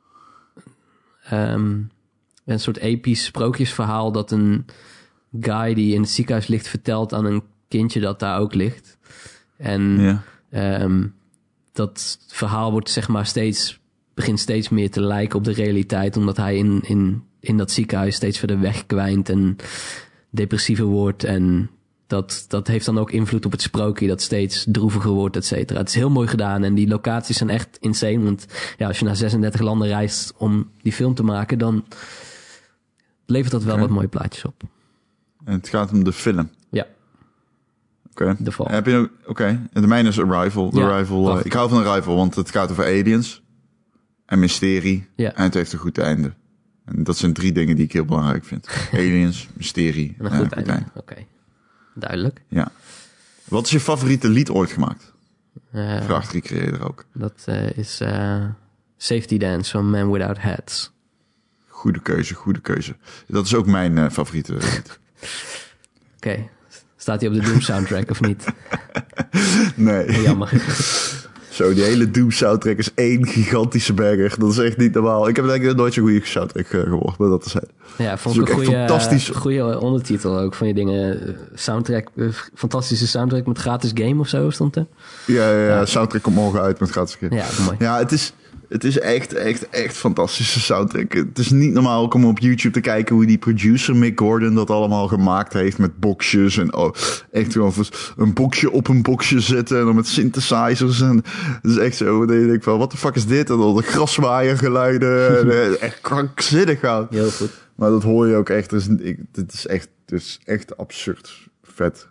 [SPEAKER 2] Een soort episch sprookjesverhaal dat een guy die in het ziekenhuis ligt vertelt aan een kindje dat daar ook ligt. En dat verhaal wordt zeg maar begint steeds meer te lijken op de realiteit, omdat hij in dat ziekenhuis steeds verder wegkwijnt en depressiever wordt. En dat heeft dan ook invloed op het sprookje dat steeds droeviger wordt, et cetera. Het is heel mooi gedaan en die locaties zijn echt insane. Want ja, als je naar 36 landen reist om die film te maken, dan levert dat wel wat mooie plaatjes op.
[SPEAKER 1] En het gaat om de film.
[SPEAKER 2] Ja.
[SPEAKER 1] Oké.
[SPEAKER 2] De Fall.
[SPEAKER 1] Heb je nog... Oké. En de mijne is Arrival. Ik hou van Arrival, want het gaat over aliens. En mysterie.
[SPEAKER 2] Ja.
[SPEAKER 1] En het heeft een goed einde. En dat zijn 3 dingen die ik heel belangrijk vind. Aliens, mysterie
[SPEAKER 2] En een goed einde. Oké. Duidelijk.
[SPEAKER 1] Ja. Wat is je favoriete lied ooit gemaakt? Vraagt Recreator ook.
[SPEAKER 2] Dat is Safety Dance van Man Without Hats.
[SPEAKER 1] Goede keuze. Dat is ook mijn favoriete lied.
[SPEAKER 2] Oké. Staat hij op de Doom soundtrack of niet?
[SPEAKER 1] Nee.
[SPEAKER 2] Jammer.
[SPEAKER 1] Zo, die hele Doom soundtrack is 1 gigantische berger. Dat is echt niet normaal. Ik heb eigenlijk nooit zo'n goede soundtrack gehoord, maar dat is het.
[SPEAKER 2] Ja, vond ik een goede ondertitel ook van je dingen. Soundtrack, fantastische soundtrack met gratis game of zo stond er.
[SPEAKER 1] Ja, soundtrack komt morgen uit met gratis game.
[SPEAKER 2] Ja, mooi.
[SPEAKER 1] Ja, het is echt fantastische soundtrack. Het is niet normaal om op YouTube te kijken hoe die producer Mick Gordon dat allemaal gemaakt heeft met boxjes en echt gewoon een boxje op een boxje zetten en dan met synthesizers en het is echt zo. Dan denk ik van, wat de fuck is dit? En dan de graswaaiergeluiden en echt krankzinnig gaan.
[SPEAKER 2] Heel goed.
[SPEAKER 1] Maar dat hoor je ook echt. Het is echt absurd vet.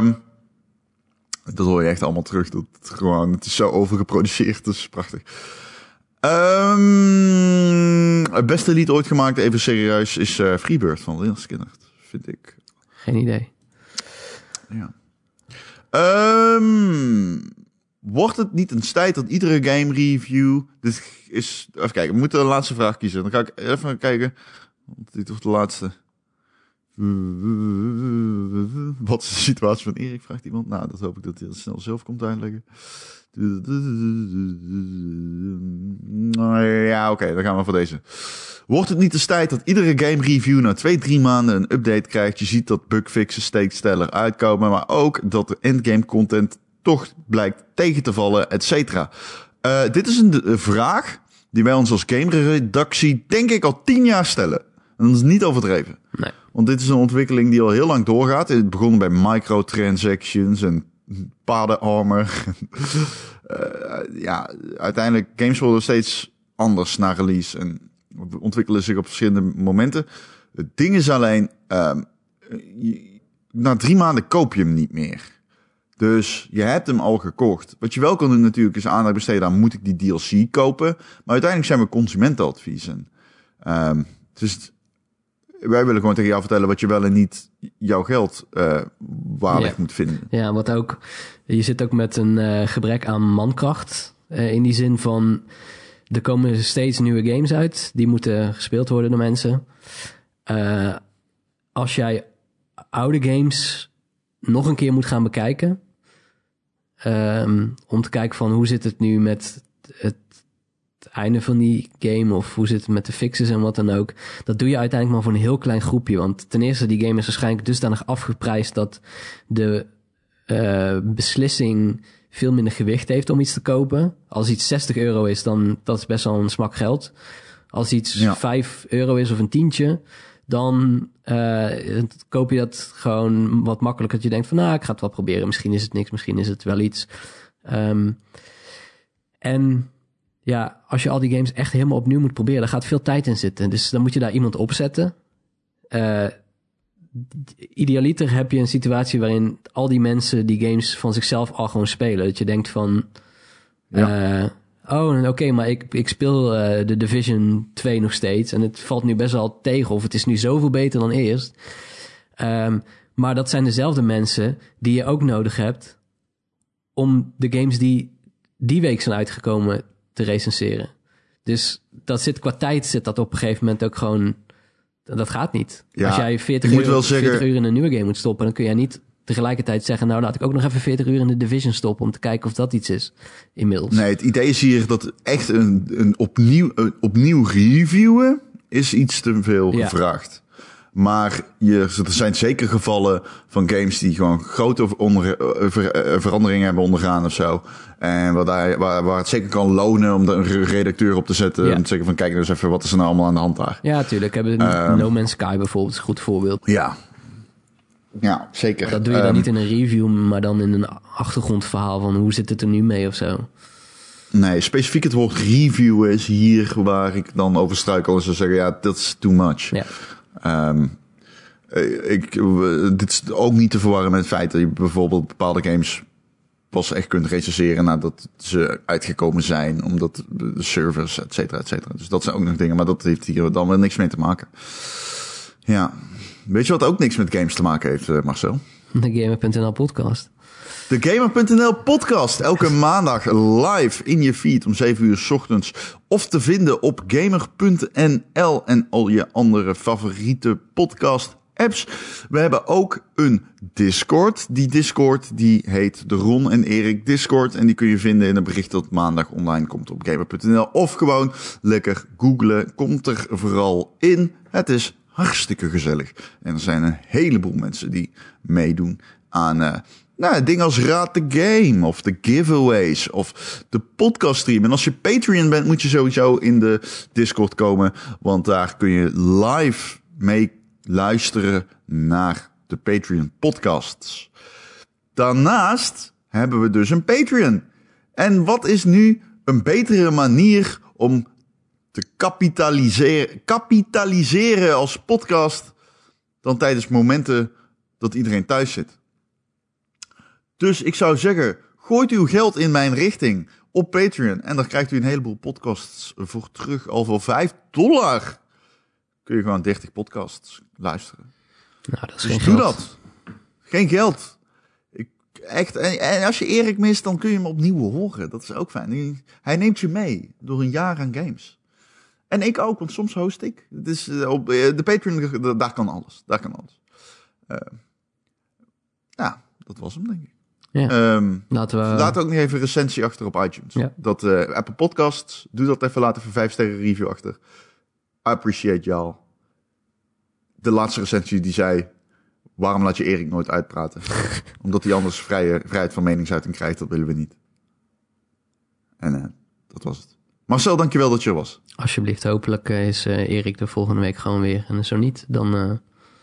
[SPEAKER 1] Dat hoor je echt allemaal terug. Het is zo overgeproduceerd. Dat is prachtig. Het beste lied ooit gemaakt, even serieus, is Freebird van Lynyrd Skynyrd, vind ik.
[SPEAKER 2] Geen idee.
[SPEAKER 1] Ja. Wordt het niet een tijd dat iedere game review... Dit is, even kijken, we moeten de laatste vraag kiezen. Dan ga ik even kijken. Dit wordt de laatste. Wat is de situatie van Erik, vraagt iemand. Nou, dat hoop ik dat hij dat snel zelf komt uitleggen. Ja, oké, dan gaan we voor deze. Wordt het niet eens tijd dat iedere game review na 2-3 maanden een update krijgt? Je ziet dat bugfixen steeds sneller uitkomen, maar ook dat de endgame content toch blijkt tegen te vallen, et cetera. Dit is een vraag die wij ons als game-redactie denk ik al 10 jaar stellen. En dat is niet overdreven.
[SPEAKER 2] Nee.
[SPEAKER 1] Want dit is een ontwikkeling die al heel lang doorgaat. Het begon bij microtransactions en paardenarmor. Uiteindelijk, games worden steeds anders na release en ontwikkelen zich op verschillende momenten. Het ding is alleen, na 3 maanden koop je hem niet meer. Dus je hebt hem al gekocht. Wat je wel kan doen natuurlijk is aandacht besteden aan, moet ik die DLC kopen? Maar uiteindelijk zijn we consumentenadviezen. Dus wij willen gewoon tegen jou vertellen wat je wel en niet jouw geld waardig moet vinden.
[SPEAKER 2] Ja, wat ook, je zit ook met een gebrek aan mankracht. In die zin van, er komen steeds nieuwe games uit. Die moeten gespeeld worden door mensen. Als jij oude games nog een keer moet gaan bekijken, om te kijken van hoe zit het nu met het einde van die game, of hoe zit het met de fixes en wat dan ook. Dat doe je uiteindelijk maar voor een heel klein groepje. Want ten eerste, die game is waarschijnlijk dusdanig afgeprijsd dat de beslissing veel minder gewicht heeft om iets te kopen. Als iets €60 is, dan dat is best wel een smak geld. Als iets €5 is of een tientje, dan koop je dat gewoon wat makkelijker. Dat je denkt van, nou, ik ga het wel proberen. Misschien is het niks, misschien is het wel iets. En ja, als je al die games echt helemaal opnieuw moet proberen, daar gaat veel tijd in zitten. Dus dan moet je daar iemand opzetten. Idealiter heb je een situatie waarin al die mensen die games van zichzelf al gewoon spelen. Dat je denkt van, oké, maar ik speel de Division 2 nog steeds en het valt nu best wel tegen, of het is nu zoveel beter dan eerst. Maar dat zijn dezelfde mensen die je ook nodig hebt om de games die week zijn uitgekomen te recenseren. Dus dat zit qua tijd, zit dat op een gegeven moment ook gewoon, dat gaat niet. Ja, als jij 40 uur in een nieuwe game moet stoppen, dan kun jij niet tegelijkertijd zeggen, nou laat ik ook nog even 40 uur in de Division stoppen om te kijken of dat iets is inmiddels. Nee,
[SPEAKER 1] het idee is hier dat echt een opnieuw reviewen is iets te veel gevraagd. Maar er zijn zeker gevallen van games die gewoon grote veranderingen hebben ondergaan of zo. En waar het zeker kan lonen om een redacteur op te zetten. En te zeggen van, kijk nou eens even, wat is er nou allemaal aan de hand daar?
[SPEAKER 2] Ja, natuurlijk. No Man's Sky bijvoorbeeld is een goed voorbeeld.
[SPEAKER 1] Ja, zeker.
[SPEAKER 2] Dat doe je dan niet in een review, maar dan in een achtergrondverhaal van hoe zit het er nu mee of zo.
[SPEAKER 1] Nee, specifiek het woord review is hier waar ik dan over struikel en zou zeggen, ja, dat is too much.
[SPEAKER 2] Ja.
[SPEAKER 1] Dit is ook niet te verwarren met het feit dat je bijvoorbeeld bepaalde games pas echt kunt recenseren nadat ze uitgekomen zijn, omdat de servers, et cetera, et cetera. Dus dat zijn ook nog dingen, maar dat heeft hier dan wel niks mee te maken. Ja. Weet je wat ook niks met games te maken heeft, Marcel?
[SPEAKER 2] De Gamer.nl podcast.
[SPEAKER 1] De Gamer.nl podcast. Elke maandag live in je feed om 7 uur 's ochtends. Of te vinden op Gamer.nl en al je andere favoriete podcast apps. We hebben ook een Discord. Die Discord die heet de Ron en Erik Discord. En die kun je vinden in een bericht dat maandag online komt op Gamer.nl. Of gewoon lekker googlen. Komt er vooral in. Het is hartstikke gezellig. En er zijn een heleboel mensen die meedoen aan dingen als Raad de Game of de giveaways of de podcaststream. En als je Patreon bent, moet je sowieso in de Discord komen. Want daar kun je live mee luisteren naar de Patreon podcasts. Daarnaast hebben we dus een Patreon. En wat is nu een betere manier om te kapitaliseren als podcast dan tijdens momenten dat iedereen thuis zit? Dus ik zou zeggen, gooit uw geld in mijn richting op Patreon en dan krijgt u een heleboel podcasts voor terug. Al voor $5 kun je gewoon 30 podcasts luisteren.
[SPEAKER 2] Nou, dat is
[SPEAKER 1] Dus
[SPEAKER 2] geen
[SPEAKER 1] doe
[SPEAKER 2] geld.
[SPEAKER 1] dat. Geen geld. Echt. En als je Erik mist, dan kun je hem opnieuw horen. Dat is ook fijn. Hij neemt je mee door een jaar aan games. En ik ook, want soms host ik. Het is, op de Patreon, daar kan alles. Daar kan alles. Dat was hem, denk ik.
[SPEAKER 2] Ja. Laat
[SPEAKER 1] ook nog even een recensie achter op iTunes.
[SPEAKER 2] Ja.
[SPEAKER 1] Dat Apple Podcasts, doe dat even, laat even 5-sterren review achter. I appreciate y'all. De laatste recensie die zei, waarom laat je Erik nooit uitpraten? Omdat hij anders vrijheid van meningsuiting krijgt, dat willen we niet. En dat was het. Marcel, dankjewel dat je er was.
[SPEAKER 2] Alsjeblieft, hopelijk is Erik de volgende week gewoon weer. En zo niet, dan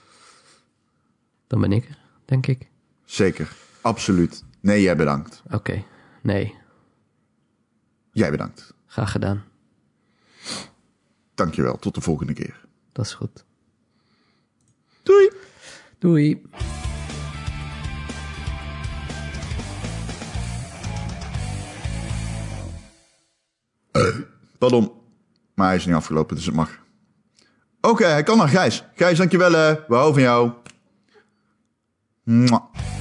[SPEAKER 2] ben ik er, denk ik.
[SPEAKER 1] Zeker, absoluut. Nee, jij bedankt.
[SPEAKER 2] Oké, nee.
[SPEAKER 1] Jij bedankt.
[SPEAKER 2] Graag gedaan.
[SPEAKER 1] Dankjewel, tot de volgende keer.
[SPEAKER 2] Dat is goed.
[SPEAKER 1] Doei!
[SPEAKER 2] Doei!
[SPEAKER 1] Pardon, maar hij is niet afgelopen, dus het mag. Oké, hij kan naar Gijs. Gijs, dankjewel. We houden van jou. Mwah.